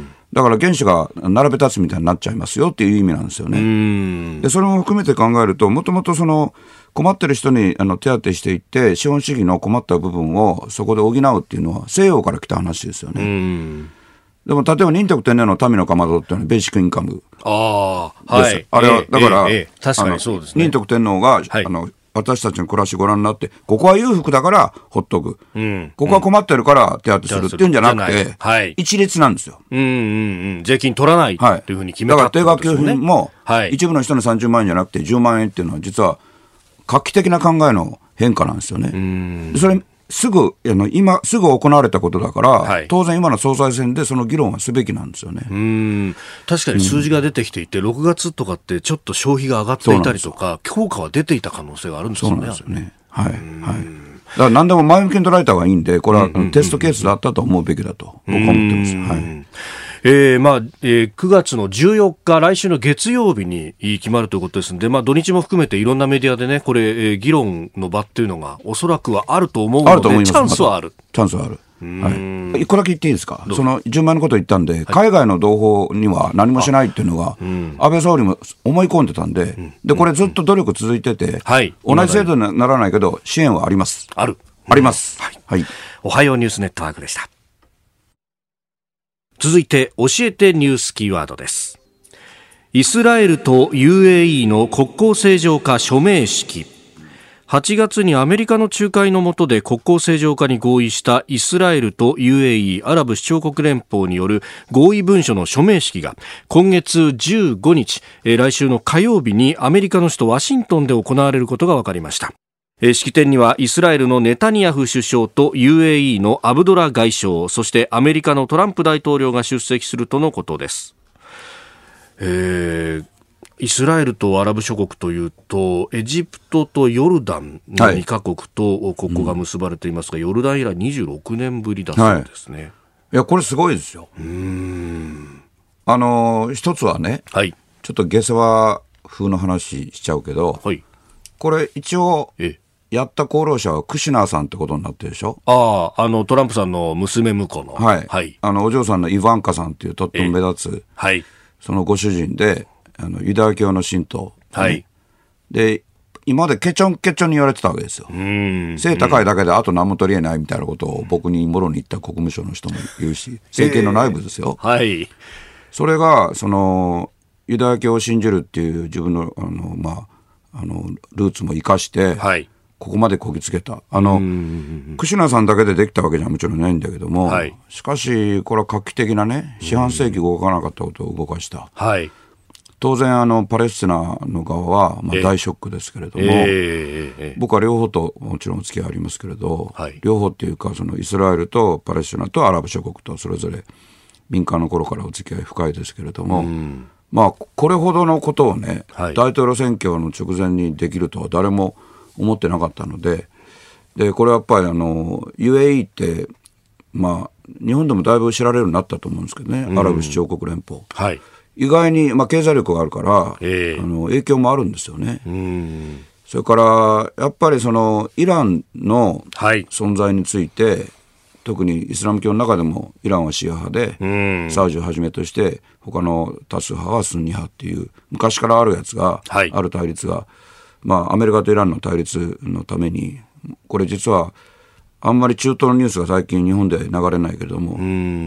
だから原子が並べ立つみたいになっちゃいますよっていう意味なんですよね。うーんでそれも含めて考えると、もともとその困ってる人にあの手当てしていって資本主義の困った部分をそこで補うっていうのは西洋から来た話ですよね。うーんでも例えば仁徳天皇の民のかまどっていうのはベーシックインカム。ああ、はい。あれはだから、えーえー、確かにそうですね。仁徳天皇が、はい、あの私たちの暮らしご覧になって、ここは裕福だからほっとく、うん、ここは困ってるから手当てするっていうんじゃなくて、はい、一律なんですよ。うんうんうん、 税金取らないというふうに決めたってことですよね。 だから定額給付金も、はい、一部の人のさんじゅうまんえんじゃなくてじゅうまんえんっていうのは実は画期的な考えの変化なんですよね。うんそれすぐあの今すぐ行われたことだから、はい、当然今の総裁選でその議論はすべきなんですよね。 うーん確かに数字が出てきていて、うん、ろくがつとかってちょっと消費が上がっていたりとか効果は出ていた可能性があるんですよね。そうなんですよね。はい、はい、だから何でも前向きに捉えた方がいいんで、これはテストケースだったと思うべきだと僕は思ってます。はい、 えーまあえー、くがつのじゅうよっか来週の月曜日に決まるということですので、まあ、土日も含めていろんなメディアでねこれ、えー、議論の場っていうのがおそらくはあると思うので、チャンスはある。 チャンスはある。はい、一個だけ言っていいですか。そのじゅうまんのこと言ったんで、はい、海外の同胞には何もしないっていうのが、うん、安倍総理も思い込んでたんで、うん、でこれずっと努力続いてて、はい、同じ制度にならないけど支援はあります。 あるあります、はいはい、おはようニュースネットワークでした。続いて教えてニュースキーワードです。イスラエルと ユーエーイー の国交正常化署名式。はちがつにアメリカの仲介の下で国交正常化に合意したイスラエルと ユーエーイー アラブ首長国連邦による合意文書の署名式が今月じゅうごにち、来週の火曜日にアメリカの首都ワシントンで行われることが分かりました。式典にはイスラエルのネタニヤフ首相と ユーエーイー のアブドラ外相、そしてアメリカのトランプ大統領が出席するとのことです。えー、イスラエルとアラブ諸国というとエジプトとヨルダンのにかこくと国交が結ばれていますが、はい、ヨルダン以来にじゅうろくねんぶりだそうですね。 いやこれすごいですよ。うーんあの一つはね、はい、ちょっと下世話風の話しちゃうけど、はい、これ一応やった功労者はクシュナーさんってことになってるでしょ。 ああ、あのトランプさんの娘婿の、 はいはい、あのお嬢さんのイヴァンカさんっていうとっても目立つ、はい、そのご主人であのユダヤ教の信徒、はい、で今までケチョンケチョンに言われてたわけですよ。うん背高いだけであと何も取り得ないみたいなことを僕にもろに言った国務省の人も言うし、政権の内部ですよ、えーはい、それがそのユダヤ教を信じるっていう自分の、あの、まあ、あのルーツも生かして、はい、ここまでこぎつけた。あのクシュナさんだけでできたわけじゃもちろんないんだけども、はい、しかしこれは画期的なね四半世紀動かなかったことを動かした、はい、当然あのパレスチナの側はまあ大ショックですけれども、えーえー、僕は両方ともちろんお付き合いありますけれど、はい、両方っていうかそのイスラエルとパレスチナとアラブ諸国とそれぞれ民間の頃からお付き合い深いですけれども、うんまあ、これほどのことをね、はい、大統領選挙の直前にできるとは誰も思ってなかったので、でこれはやっぱりあの ユーエーイー って、まあ、日本でもだいぶ知られるようになったと思うんですけどね、うん、アラブ首長国連邦、はい、意外に、まあ、経済力があるから、えー、あの影響もあるんですよね。うんそれからやっぱりそのイランの存在について、はい特にイスラム教の中でもイランはシーア派で、うん、サウジをはじめとして他の多数派はスンニ派っていう昔からあるやつが、はい、ある対立が、まあ、アメリカとイランの対立のためにこれ実はあんまり中東のニュースが最近日本で流れないけれども、うん、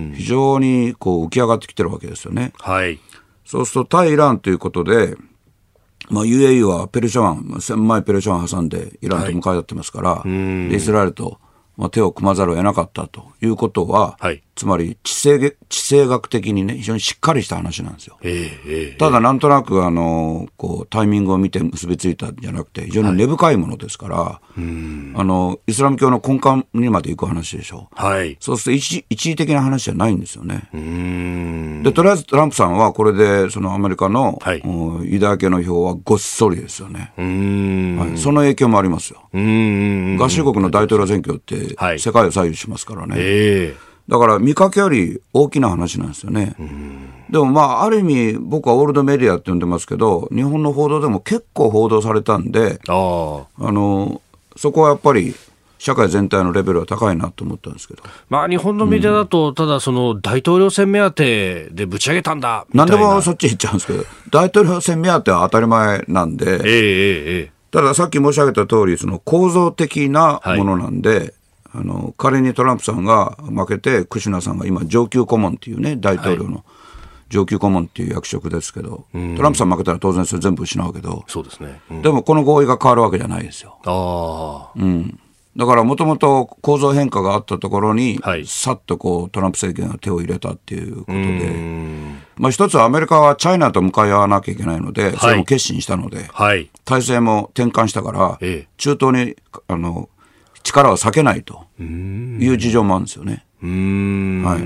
非常にこう浮き上がってきてるわけですよね、はい、そうすると対イランということで、まあ、ユーエーイー はペルシャ湾狭いペルシャ湾挟んでイランと向かい合ってますから、はい、でイスラエルとまあ、手を組まざるを得なかったということは、はい、つまり地政、地政学的にね非常にしっかりした話なんですよ、えーえー、ただなんとなくあのこうタイミングを見て結びついたんじゃなくて非常に根深いものですから、はい、あのイスラム教の根幹にまで行く話でしょ、はい、そうすると一, 一時的な話じゃないんですよね。うーんでとりあえずトランプさんはこれでそのアメリカの、はい、ユダヤ系の票はごっそりですよね。うーん、はい、その影響もありますよ。うーん合衆国の大統領選挙って世界を左右しますからね、はいえー、だから見かけより大きな話なんですよね。うんでもまあある意味僕はオールドメディアって呼んでますけど日本の報道でも結構報道されたんでああのそこはやっぱり社会全体のレベルは高いなと思ったんですけど、 まあ、日本のメディアだと、うん、ただその大統領選目当てでぶち上げたんだみたいな何でもそっち行っちゃうんですけど大統領選目当ては当たり前なんで、えーえー、たださっき申し上げた通りその構造的なものなんで、はいあの仮にトランプさんが負けてクシュナさんが今上級顧問っていうね大統領の上級顧問っていう役職ですけど、はい、トランプさん負けたら当然それ全部失うけどそうですね、うん、でもこの合意が変わるわけじゃないですよ。あ、うん、だからもともと構造変化があったところに、はい、さっとこうトランプ政権が手を入れたっていうことで、まあ、一つはアメリカはチャイナと向かい合わなきゃいけないので、はい、それも決心したので、はい、体制も転換したから、ええ、中東にあの力を避けないという事情もあるんですよね。うーん、はい、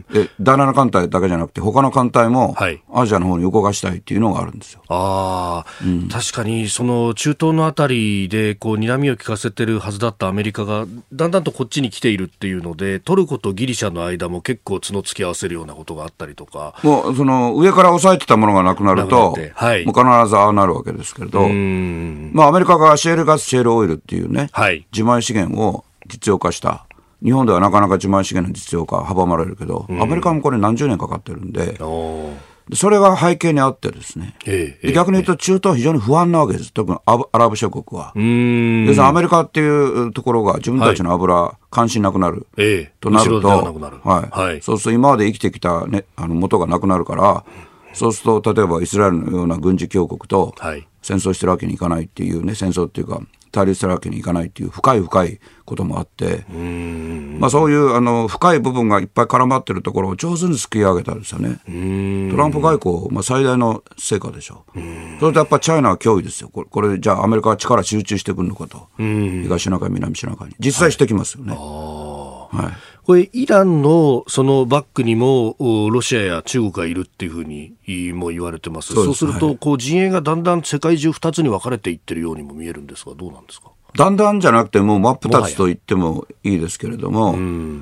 でだいなな艦隊だけじゃなくて他の艦隊もアジアの方に動かしたいっていうのがあるんですよ。 あ、うん、確かにその中東のあたりでこう睨みを利かせてるはずだったアメリカがだんだんとこっちに来ているっていうのでトルコとギリシャの間も結構角突き合わせるようなことがあったりとかもうその上から押さえてたものがなくなるとはい、もう必ずああなるわけですけれど、うーん、まあ、アメリカがシェールガスシェールオイルっていうね、はい、自前資源を実用化した日本ではなかなか自前資源の実用化阻まれるけど、うん、アメリカもこれ何十年かかってるんで、それが背景にあってですね、ええ、逆に言うと中東は非常に不安なわけです。特にアラブ諸国は。うーん、要するにアメリカっていうところが自分たちの油、はい、関心なくなる、ええ、となると、はいはい、そうすると今まで生きてきた、ね、あの元がなくなるから、そうすると例えばイスラエルのような軍事強国と戦争してるわけにいかないっていうね、戦争っていうか対立するわけにいかないっていう深い深いこともあって、うーん、まあ、そういうあの深い部分がいっぱい絡まってるところを上手にすくい上げたんですよね。うーん、トランプ外交、まあ、最大の成果でしょう。うーん、それとやっぱチャイナは脅威ですよ。これ、これじゃあアメリカは力集中してくるのかと、うーん、東シナ海南シナ海に実際してきますよね。はい、 はい、これイランのそのバックにもロシアや中国がいるっていうふうにも言われてます。そうです。そうすると、はい、こう陣営がだんだん世界中ふたつに分かれていってるようにも見えるんですがどうなんですか。 だんだんじゃなくてもう真っ二つと言ってもいいですけれども、うん、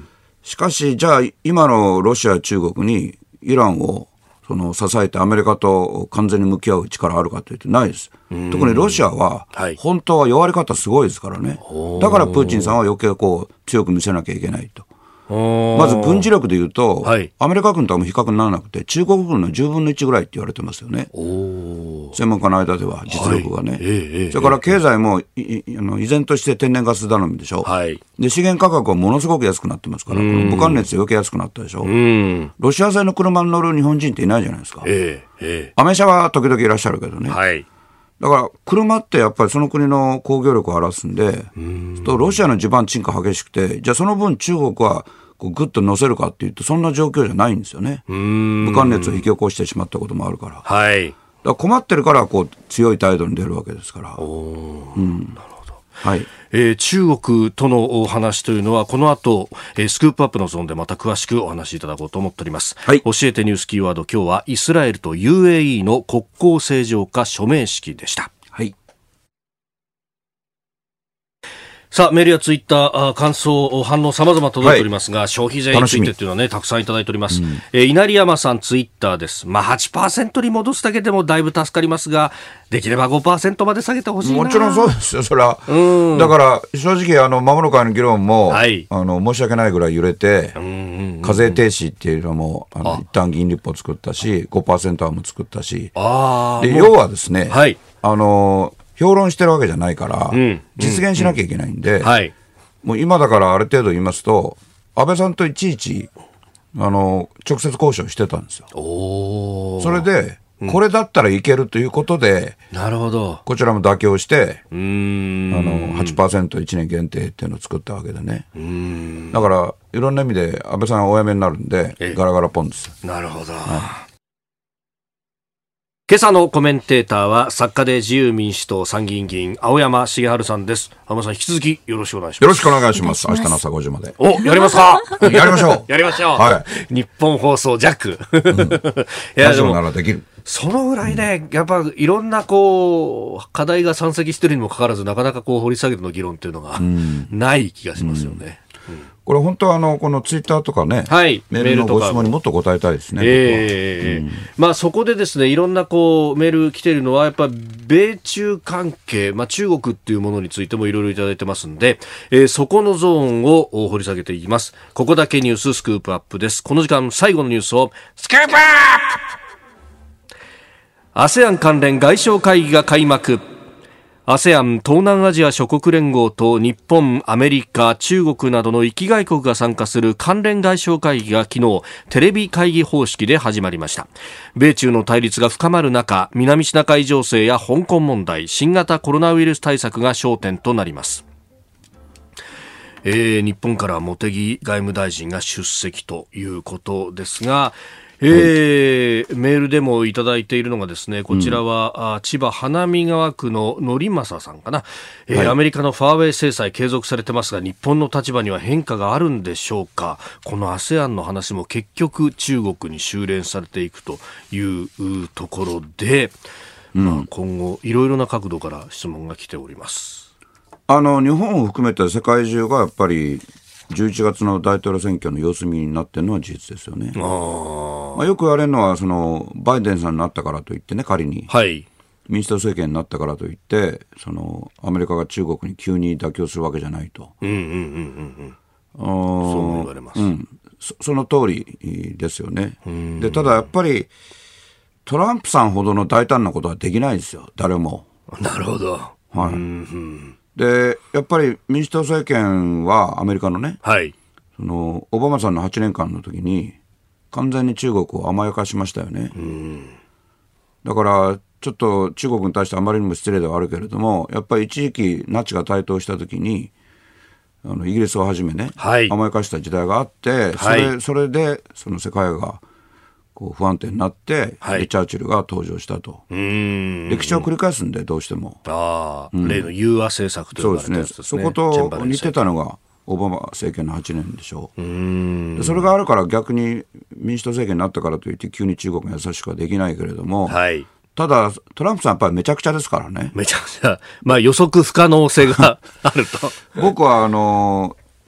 しかし、じゃあ今のロシア、中国にイランをその支えてアメリカと完全に向き合う力あるかというとないです。特にロシアは本当は弱り方すごいですからね。だからプーチンさんは余計こう強く見せなきゃいけないと。まず軍事力でいうと、はい、アメリカ軍とはもう比較にならなくて中国軍のじゅうぶんのいちぐらいって言われてますよね。専門家の間では実力がね、はいえー、それから経済もいあの依然として天然ガス頼みでしょ、はい、で資源価格はものすごく安くなってますから、この武漢熱で余計安くなったでしょ。うんロシア製の車に乗る日本人っていないじゃないですか、えーえー、アメ車は時々いらっしゃるけどね、はい、だから車ってやっぱりその国の工業力を表すんで、うんとロシアの地盤沈下激しくて、じゃあその分中国はこうグッと乗せるかっていうとそんな状況じゃないんですよね。武漢熱を引き起こしてしまったこともあるから、はい、だから困ってるからこう強い態度に出るわけですから。お、うん、なるほど。はいえー、中国とのお話というのはこの後、えー、スクープアップのゾーンでまた詳しくお話しいただこうと思っております、はい、教えてニュースキーワード、今日はイスラエルと ユーエーイー の国交正常化署名式でした。はい、さあメールやツイッター感想反応様々届いておりますが、はい、消費税についてっていうのはねたくさんいただいております、うんえー、稲荷山さんツイッターです。まあ はちパーセント に戻すだけでもだいぶ助かりますが、できれば ごパーセント まで下げてほしいな。もちろんそうですよそれは、うん、だから正直あの魔物会の議論も、はい、あの申し訳ないぐらい揺れて、うんうんうん、課税停止っていうのもあの一旦議員立法を作ったし ごパーセント 案も作ったし、あで要はですね、はい、あの評論してるわけじゃないから、うん、実現しなきゃいけないんで、うんうんはい、もう今だからある程度言いますと安倍さんといちいちあの直接交渉してたんですよ。おそれで、うん、これだったらいけるということで、なるほどこちらも妥協してうーんあの はちパーセントいち 年限定っていうのを作ったわけでね。うーんだからいろんな意味で安倍さんはお辞めになるんでガラガラポンです。なるほど、はい。今朝のコメンテーターは作家で自由民主党参議院議員青山茂春さんです。青山さん引き続きよろしくお願いします。よろしくお願いします。明日の朝ごじまで。お、やりますかやりましょうやりましょう、はい、日本放送ジャック、うん、いやラジオならできる。そのぐらいね、やっぱいろんなこう課題が山積してるにもかかわらずなかなかこう掘り下げての議論っていうのが、うん、ない気がしますよね。うんうんこれ本当はあのこのツイッターとかね、はい、メールのご質問にもっと答えたいですね。えーうんまあ、そこでですねいろんなこうメール来ているのはやっぱ米中関係、まあ、中国っていうものについてもいろいろいただいてますんで、えー、そこのゾーンを掘り下げていきます。ここだけニューススクープアップです。この時間最後のニュースをスクープアップ アセアン 関連外相会議が開幕。アセアン 東南アジア諸国連合と日本、アメリカ、中国などの域外国が参加する関連外相会議が昨日テレビ会議方式で始まりました。米中の対立が深まる中、南シナ海情勢や香港問題、新型コロナウイルス対策が焦点となります。えー、日本から茂木外務大臣が出席ということですが、えーはい、メールでもいただいているのがですね、こちらは、うん、千葉花見川区ののりまささんかな、えーはい、アメリカのファーウェイ制裁継続されてますが日本の立場には変化があるんでしょうか。この アセアン の話も結局中国に収斂されていくというところで、うんまあ、今後いろいろな角度から質問が来ております。あの日本を含めて世界中がやっぱりじゅういちがつの大統領選挙の様子見になっているのは事実ですよね。あ、まあ、よく言われるのはそのバイデンさんになったからといってね、仮に、はい、民主党政権になったからといってそのアメリカが中国に急に妥協するわけじゃないと、うんうんうんうんうん、そうも言われます、うん、そ, その通りですよね。でただやっぱりトランプさんほどの大胆なことはできないですよ、誰も。なるほど、はい、うんうんでやっぱり民主党政権はアメリカのね、はい、そのオバマさんのはちねんかんの時に完全に中国を甘やかしましたよね。うんだからちょっと中国に対してあまりにも失礼ではあるけれども、やっぱり一時期ナチが台頭した時にあのイギリスをはじめね、はい、甘やかした時代があって、それ、はい、それでその世界がこう不安定になって、はい、チャーチルが登場したと。うーん歴史を繰り返すんでどうしても。あ、うん、例の融和政策というのがあるやつですね。そうですね。そこと似てたのがオバマ政権のはちねんでしょう。うーんでそれがあるから逆に民主党政権になったからといって急に中国が優しくはできないけれども、はい、ただトランプさんやっぱりめちゃくちゃですからね。めちゃくちゃ、まあ、予測不可能性があると僕はあの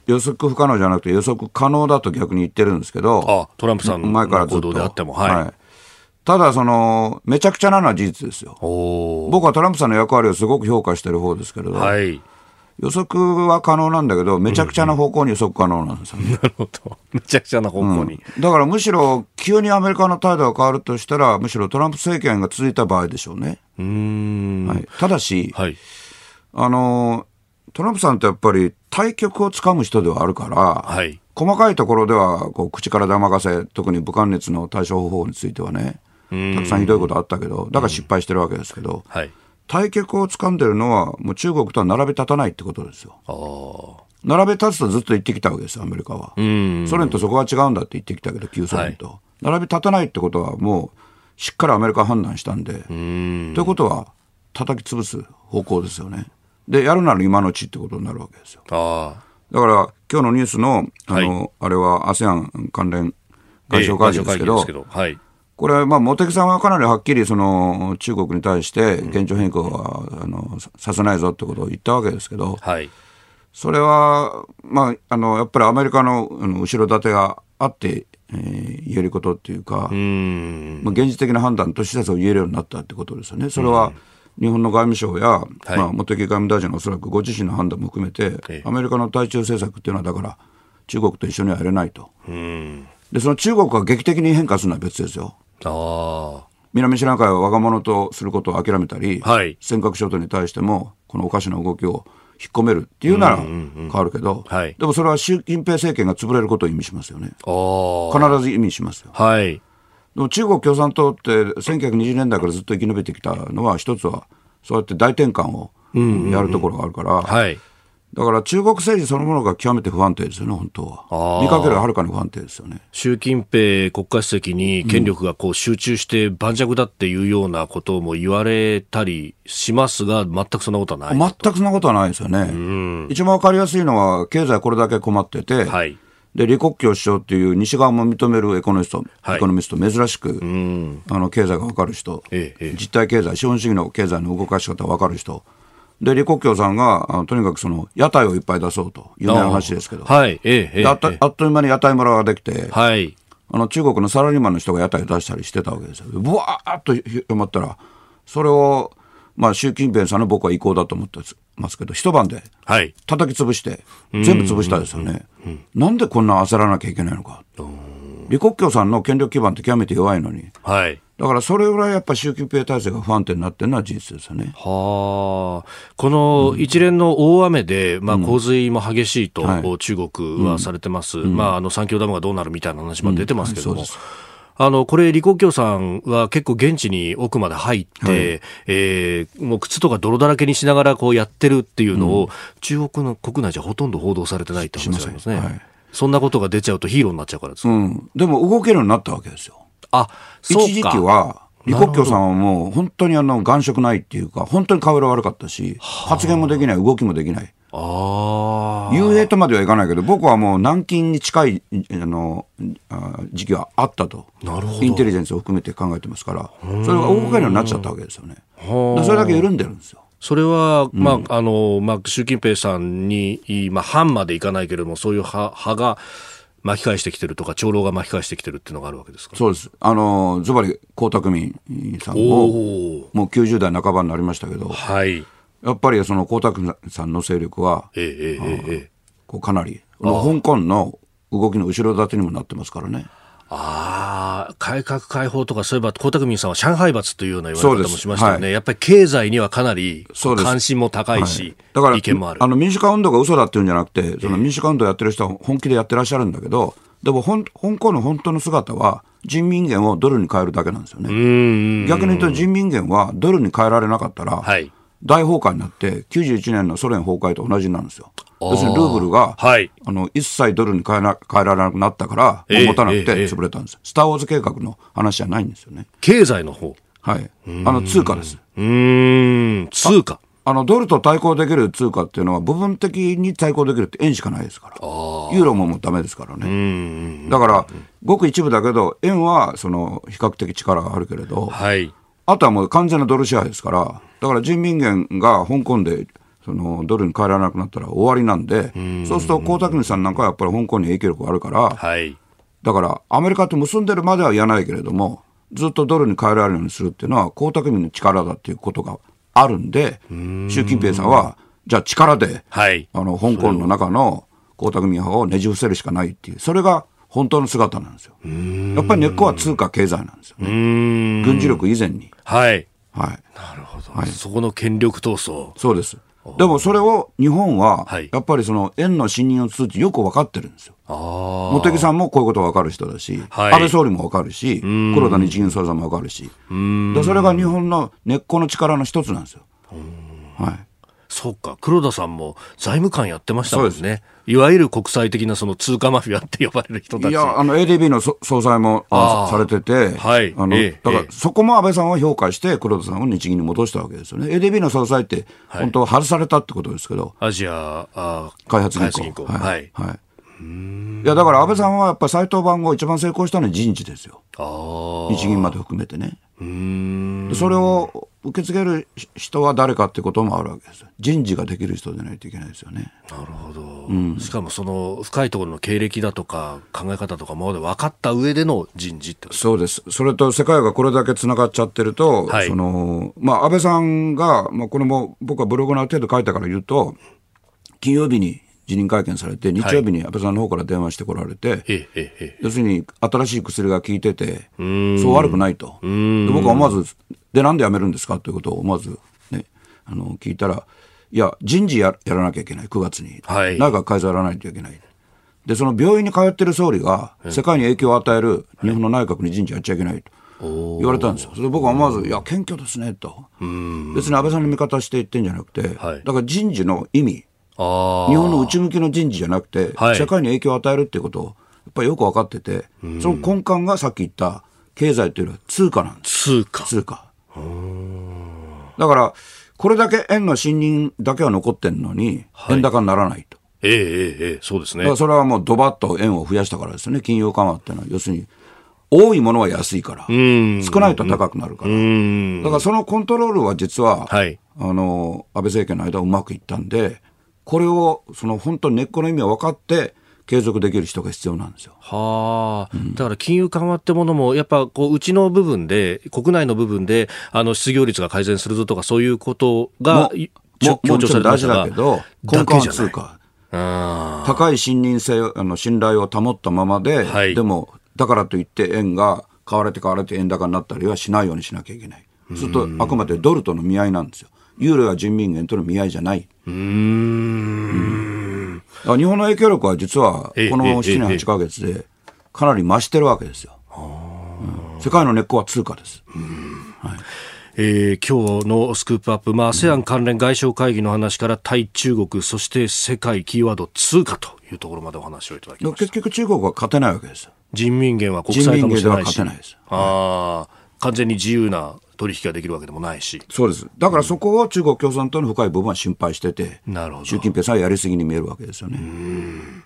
予測不可能じゃなくて予測可能だと逆に言ってるんですけど、 あトランプさんの行動であっても、はいはい、 ただそのめちゃくちゃなのは事実ですよ。僕はトランプさんの役割をすごく評価してる方ですけれど、はい、予測は可能なんだけどめちゃくちゃな方向に予測可能なんですよね、うんうん、なるほど、めちゃくちゃな方向に、 うん、だからむしろ急にアメリカの態度が変わるとしたらむしろトランプ政権が続いた場合でしょうね。 うーん、 はい、ただし、 はい、 あのトランプさんってやっぱり対局をつかむ人ではあるから、 はい、 細かいところではこう口からだまかせ、特に武漢熱の対処方法についてはねたくさんひどいことあったけどだから失敗してるわけですけど、はい、対局をつかんでるのはもう中国とは並べ立たないってことですよ。あ並べ立つとずっと言ってきたわけですよアメリカは。ソ連とそこは違うんだって言ってきたけど旧ソ連と、はい、並べ立たないってことはもうしっかりアメリカは判断したんで、うんということは叩き潰す方向ですよね。でやるなら今のうちってことになるわけですよ。あだから今日のニュース の, あの、はい、あれは アセアン 関連外相会議ですけど、えー、けどはい、これ、まあ、茂木さんはかなりはっきりその中国に対して現状変更は、うん、あのさせないぞってことを言ったわけですけど、はい、それは、まあ、あのやっぱりアメリカ の, あの後ろ盾があって、えー、言えることっていうか、うんまあ、現実的な判断としてそう言えるようになったってことですよね。それは、うん日本の外務省や、はいまあ、茂木外務大臣のおそらくご自身の判断も含めて、ええ、アメリカの対中政策っていうのはだから中国と一緒にはやれないと。うんでその中国が劇的に変化するのは別ですよ。あ南シナ海を我が物とすることを諦めたり、はい、尖閣諸島に対してもこのおかしな動きを引っ込めるっていうなら変わるけど、うんうんうんはい、でもそれは習近平政権が潰れることを意味しますよね。必ず意味しますよ。はいでも中国共産党ってせんきゅうひゃくにじゅうねんだいからずっと生き延びてきたのは一つはそうやって大転換をやるところがあるから、うんうんうんはい、だから中国政治そのものが極めて不安定ですよね本当は。見かけるはるかに不安定ですよね。 習近平国家主席に権力がこう集中して盤石だっていうようなことも言われたりしますが全くそんなことはない。 全くそんなことはないですよね、うん、一番わかりやすいのは経済これだけ困ってて、はいで李克強首相っていう西側も認めるエコノミスト、はい、エコノミスト珍しく、うん、あの経済が分かる人、ええ、実体経済資本主義の経済の動かし方が分かる人で李克強さんがあのとにかくその屋台をいっぱい出そうと有名な話ですけど、はいええ、で あ, っ あ, あっという間に屋台村ができて、はい、あの中国のサラリーマンの人が屋台を出したりしてたわけですよ。ブワーッと広まったらそれを、まあ、習近平さんの僕は意向だと思ってますけど一晩で叩き潰して、はい、全部潰したですよね、うんうんうん、なんでこんな焦らなきゃいけないのか。李克強さんの権力基盤って極めて弱いのに、はい、だからそれぐらいやっぱ習近平体制が不安定になってるのは事実ですよね。 はあ、この一連の大雨で、まあ、洪水も激しいと、うんはい、中国はされてます、うんまあ、あの三峡ダムがどうなるみたいな話も出てますけども、うんはいあのこれ李克強さんは結構現地に奥まで入って、はいえー、もう靴とか泥だらけにしながらこうやってるっていうのを、うん、中国の国内じゃほとんど報道されてないって話がありますね。はい、そんなことが出ちゃうとヒーローになっちゃうからですか、うん、 でも動けるようになったわけですよ。あそうか一時期は李克強さんはもう本当にあの眼色ないっていうか本当に顔色悪かったし発言もできない動きもできない。あ幽閉とまではいかないけど僕はもう軟禁に近いあのあ時期はあったと。なるほど。インテリジェンスを含めて考えてますからそれが動けるようになっちゃったわけですよね。それだけ緩んでるんですよ。 それは、まあうんあのまあ、習近平さんに、まあ、反までいかないけれどもそういう派が巻き返してきてるとか長老が巻き返してきてるっていうのがあるわけですか。 そうです。あのズバリ江沢民さんももうきゅうじゅうだいなかばになりましたけど、はいやっぱりその江沢民さんの勢力は、ええええ、こうかなり香港の動きの後ろ盾にもなってますからね。 ああ、改革開放とかそういえば江沢民さんは上海閥というような言われ方もしましたよね、はい、やっぱり経済にはかなり関心も高いし、はい、 だから意見もある。 あの民主化運動が嘘だっていうんじゃなくてその民主化運動やってる人は本気でやってらっしゃるんだけどでも香港の本当の姿は人民元をドルに変えるだけなんですよね。うん逆に言うと人民元はドルに変えられなかったら、はい大崩壊になってきゅうじゅういちねんのソ連崩壊と同じになるんですよ。要するにルーブルが、はい、あの一切ドルに変えな、変えられなくなったからもう持たなくて潰れたんです、えーえー、スターウォーズ計画の話じゃないんですよね。 経済の方はいあの通貨です。 うーん通貨あ, あのドルと対抗できる通貨っていうのは部分的に対抗できるって円しかないですからユーロももうダメですからね。うんだからごく一部だけど円はその比較的力があるけれど、はいあとはもう完全なドル支配ですからだから人民元が香港でそのドルに変えられなくなったら終わりなんで、うんそうすると江沢民さんなんかはやっぱり香港に影響力があるから、はい、だからアメリカと結んでるまでは言わないけれども、ずっとドルに変えられるようにするっていうのは江沢民の力だっていうことがあるんで、ん習近平さんはじゃあ力で、はい、あの香港の中の江沢民派をねじ伏せるしかないっていう、それが本当の姿なんですよ。やっぱり根っこは通貨経済なんですよね。軍事力以前に。 はい。 はい。 なるほど。はい、そこの権力闘争。 そうです。でもそれを日本は、やっぱりその円の信任を通じてよく分かってるんですよ。茂木さんもこういうこと分かる人だし、はい、安倍総理も分かるし、黒田日銀総裁も分かるし、でそれが日本の根っこの力の一つなんですよ。はい。 そうか、黒田さんも財務官やってましたもんね。いわゆる国際的なその通貨マフィアって呼ばれる人たち。 いや、あの エーディービー の総裁もされてて、はい、あの、えー、だからそこも安倍さんは評価して黒田さんを日銀に戻したわけですよね。エーディービー の総裁って本当は外されたってことですけど、 アジアあ開発銀行、 銀行はい、はいはい、うーんいやだから安倍さんはやっぱり再登板後一番成功したのは人事ですよ。あ日銀まで含めてね。うーんそれを受け継げる人は誰かってこともあるわけです。人事ができる人でないといけないですよね。 なるほど、うん、しかもその深いところの経歴だとか考え方とかまで分かった上での人事ってこと。 そうです。それと世界がこれだけつながっちゃってると、はい、そのまあ、安倍さんが、まあ、これも僕はブログのある程度書いたから言うと、金曜日に辞任会見されて日曜日に安倍さんの方から電話してこられて、はい、要するに新しい薬が効いててそう悪くないと。で僕はまずでなんで辞めるんですかということをまず、ね、あの聞いたら、いや人事 や, やらなきゃいけないくがつに、はい、内閣改造やらないといけない。でその病院に通ってる総理が世界に影響を与える日本の内閣に人事やっちゃいけないと言われたんですよ。それで僕はまずいや謙虚ですねと。別に安倍さんの味方して言ってんじゃなくて、はい、だから人事の意味、あ日本の内向きの人事じゃなくて、はい、世界に影響を与えるっていうことをやっぱりよく分かってて、その根幹がさっき言った経済というのは通貨なんです。 通貨通貨だからこれだけ円の信任だけは残ってんのに、はい、円高にならないと。 えええええそうですね。 だからそれはもうドバッと円を増やしたからですね。金融緩和っていうのは要するに多いものは安いから、少ないと高くなるから。だからそのコントロールは実は、はい、あの安倍政権の間うまくいったんで、これをその本当に根っこの意味を分かって継続できる人が必要なんですよ。 はあ、うん、だから金融緩和ってものもやっぱこううちの部分で国内の部分であの失業率が改善するぞとかそういうことが強調されてましたが、大事だけど根幹は通貨、あ高い信任性あの信頼を保ったままで、はい、でもだからといって円が買われて買われて円高になったりはしないようにしなきゃいけない。そうするとあくまでドルとの見合いなんですよ。ユーロや人民元との見合いじゃない。うーん、うん、日本の影響力は実はこのななねんはちかげつでかなり増してるわけですよ。うん、世界の根っこは通貨です。うん、はいえー、今日のスクープアップ、まあ、アセアン 関連外相会議の話から対中国、そして世界キーワード通貨というところまでお話をいただきました。 結局中国は勝てないわけですよ。 人民元は国際化もしないし、人民元では勝てないです。 あ、 完全に自由な取引ができるわけでもないし。 そうです。だからそこを中国共産党の深い部分は心配してて、 なるほど。 習近平さんはやりすぎに見えるわけですよね。うーん、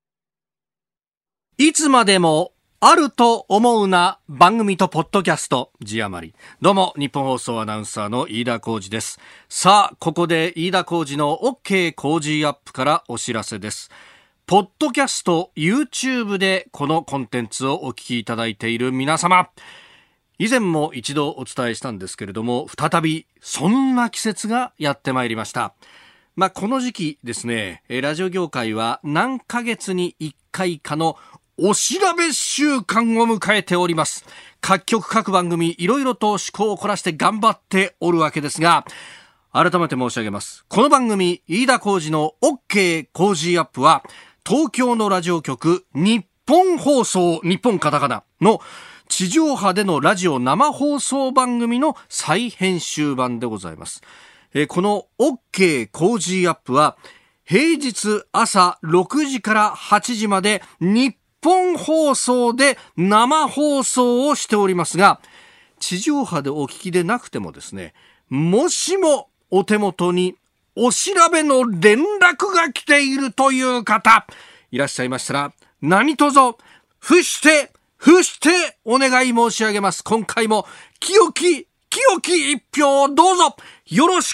いつまでもあると思うな番組とポッドキャスト字余り。どうも日本放送アナウンサーの飯田浩司です。さあここで飯田浩司の OK 工事アップからお知らせです。ポッドキャスト YouTube でこのコンテンツをお聞きいただいている皆様、以前も一度お伝えしたんですけれども、再びそんな季節がやってまいりました。まあ、この時期ですね、ラジオ業界は何ヶ月にいっかいかのお調べ週間を迎えております。各局各番組いろいろと趣向を凝らして頑張っておるわけですが、改めて申し上げます。この番組飯田浩司の OK 工事アップは東京のラジオ局日本放送、日本カタカナの地上波でのラジオ生放送番組の再編集版でございます。えー、この OK 工事アップは平日朝ろくじからはちじまで日本放送で生放送をしておりますが、地上波でお聞きでなくてもですね、もしもお手元にお調べの連絡が来ているという方いらっしゃいましたら、何卒伏して伏してお願い申し上げます。今回も清き清き一票をどうぞよろしく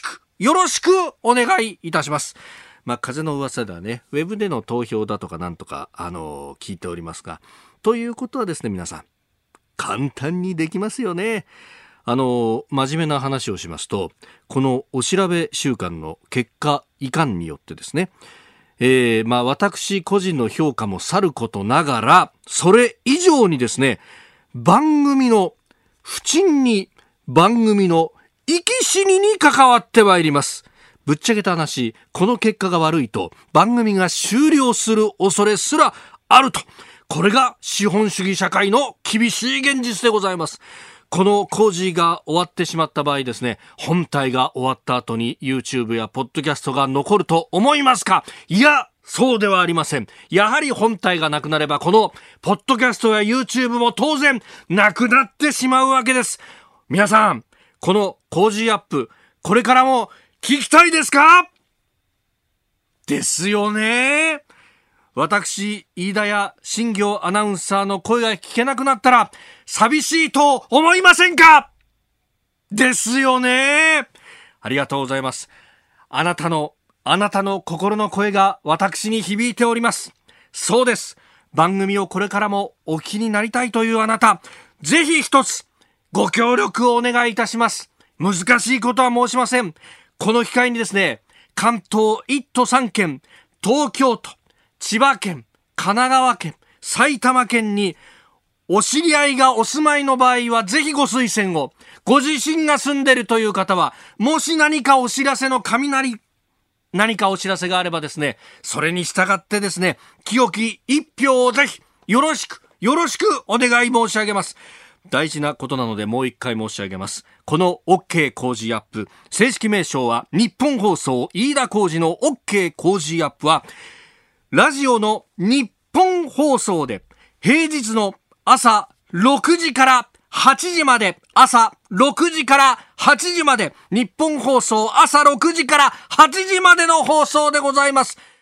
よろしくお願いいたします。まあ、風の噂ではね、ウェブでの投票だとかなんとか、あのー、聞いておりますが、ということはですね、皆さん、簡単にできますよね。あのー、真面目な話をしますと、このお調べ週間の結果いかんによってですね、えー、まあ、私個人の評価もさることながら、それ以上にですね、番組の不沈に、番組の生き死にに関わってまいります。ぶっちゃけた話、この結果が悪いと番組が終了する恐れすらあると。これが資本主義社会の厳しい現実でございます。この工事が終わってしまった場合ですね、本体が終わった後に YouTube やポッドキャストが残ると思いますか？いや、そうではありません。やはり本体がなくなれば、このポッドキャストや YouTube も当然なくなってしまうわけです。皆さん、この工事アップ、これからも聞きたいですか？ですよね。私、飯田や新業アナウンサーの声が聞けなくなったら寂しいと思いませんか？ですよね。ありがとうございます。あなたの、あなたの心の声が私に響いております。そうです。番組をこれからもお聞きになりたいというあなた、ぜひ一つご協力をお願いいたします。難しいことは申しません。この機会にですね、関東いっ都さん県、東京都、千葉県、神奈川県、埼玉県にお知り合いがお住まいの場合はぜひご推薦を。ご自身が住んでいるという方は、もし何かお知らせの雷、何かお知らせがあればですね、それに従ってですね、清き一票をぜひよろしくよろしくお願い申し上げます。大事なことなのでもう一回申し上げます。この OK 工事アップ、正式名称は日本放送飯田浩司の OK 工事アップは、ラジオの日本放送で平日の朝ろくじからはちじまで、朝ろくじからはちじまで、日本放送朝ろくじからはちじまでの放送でございます。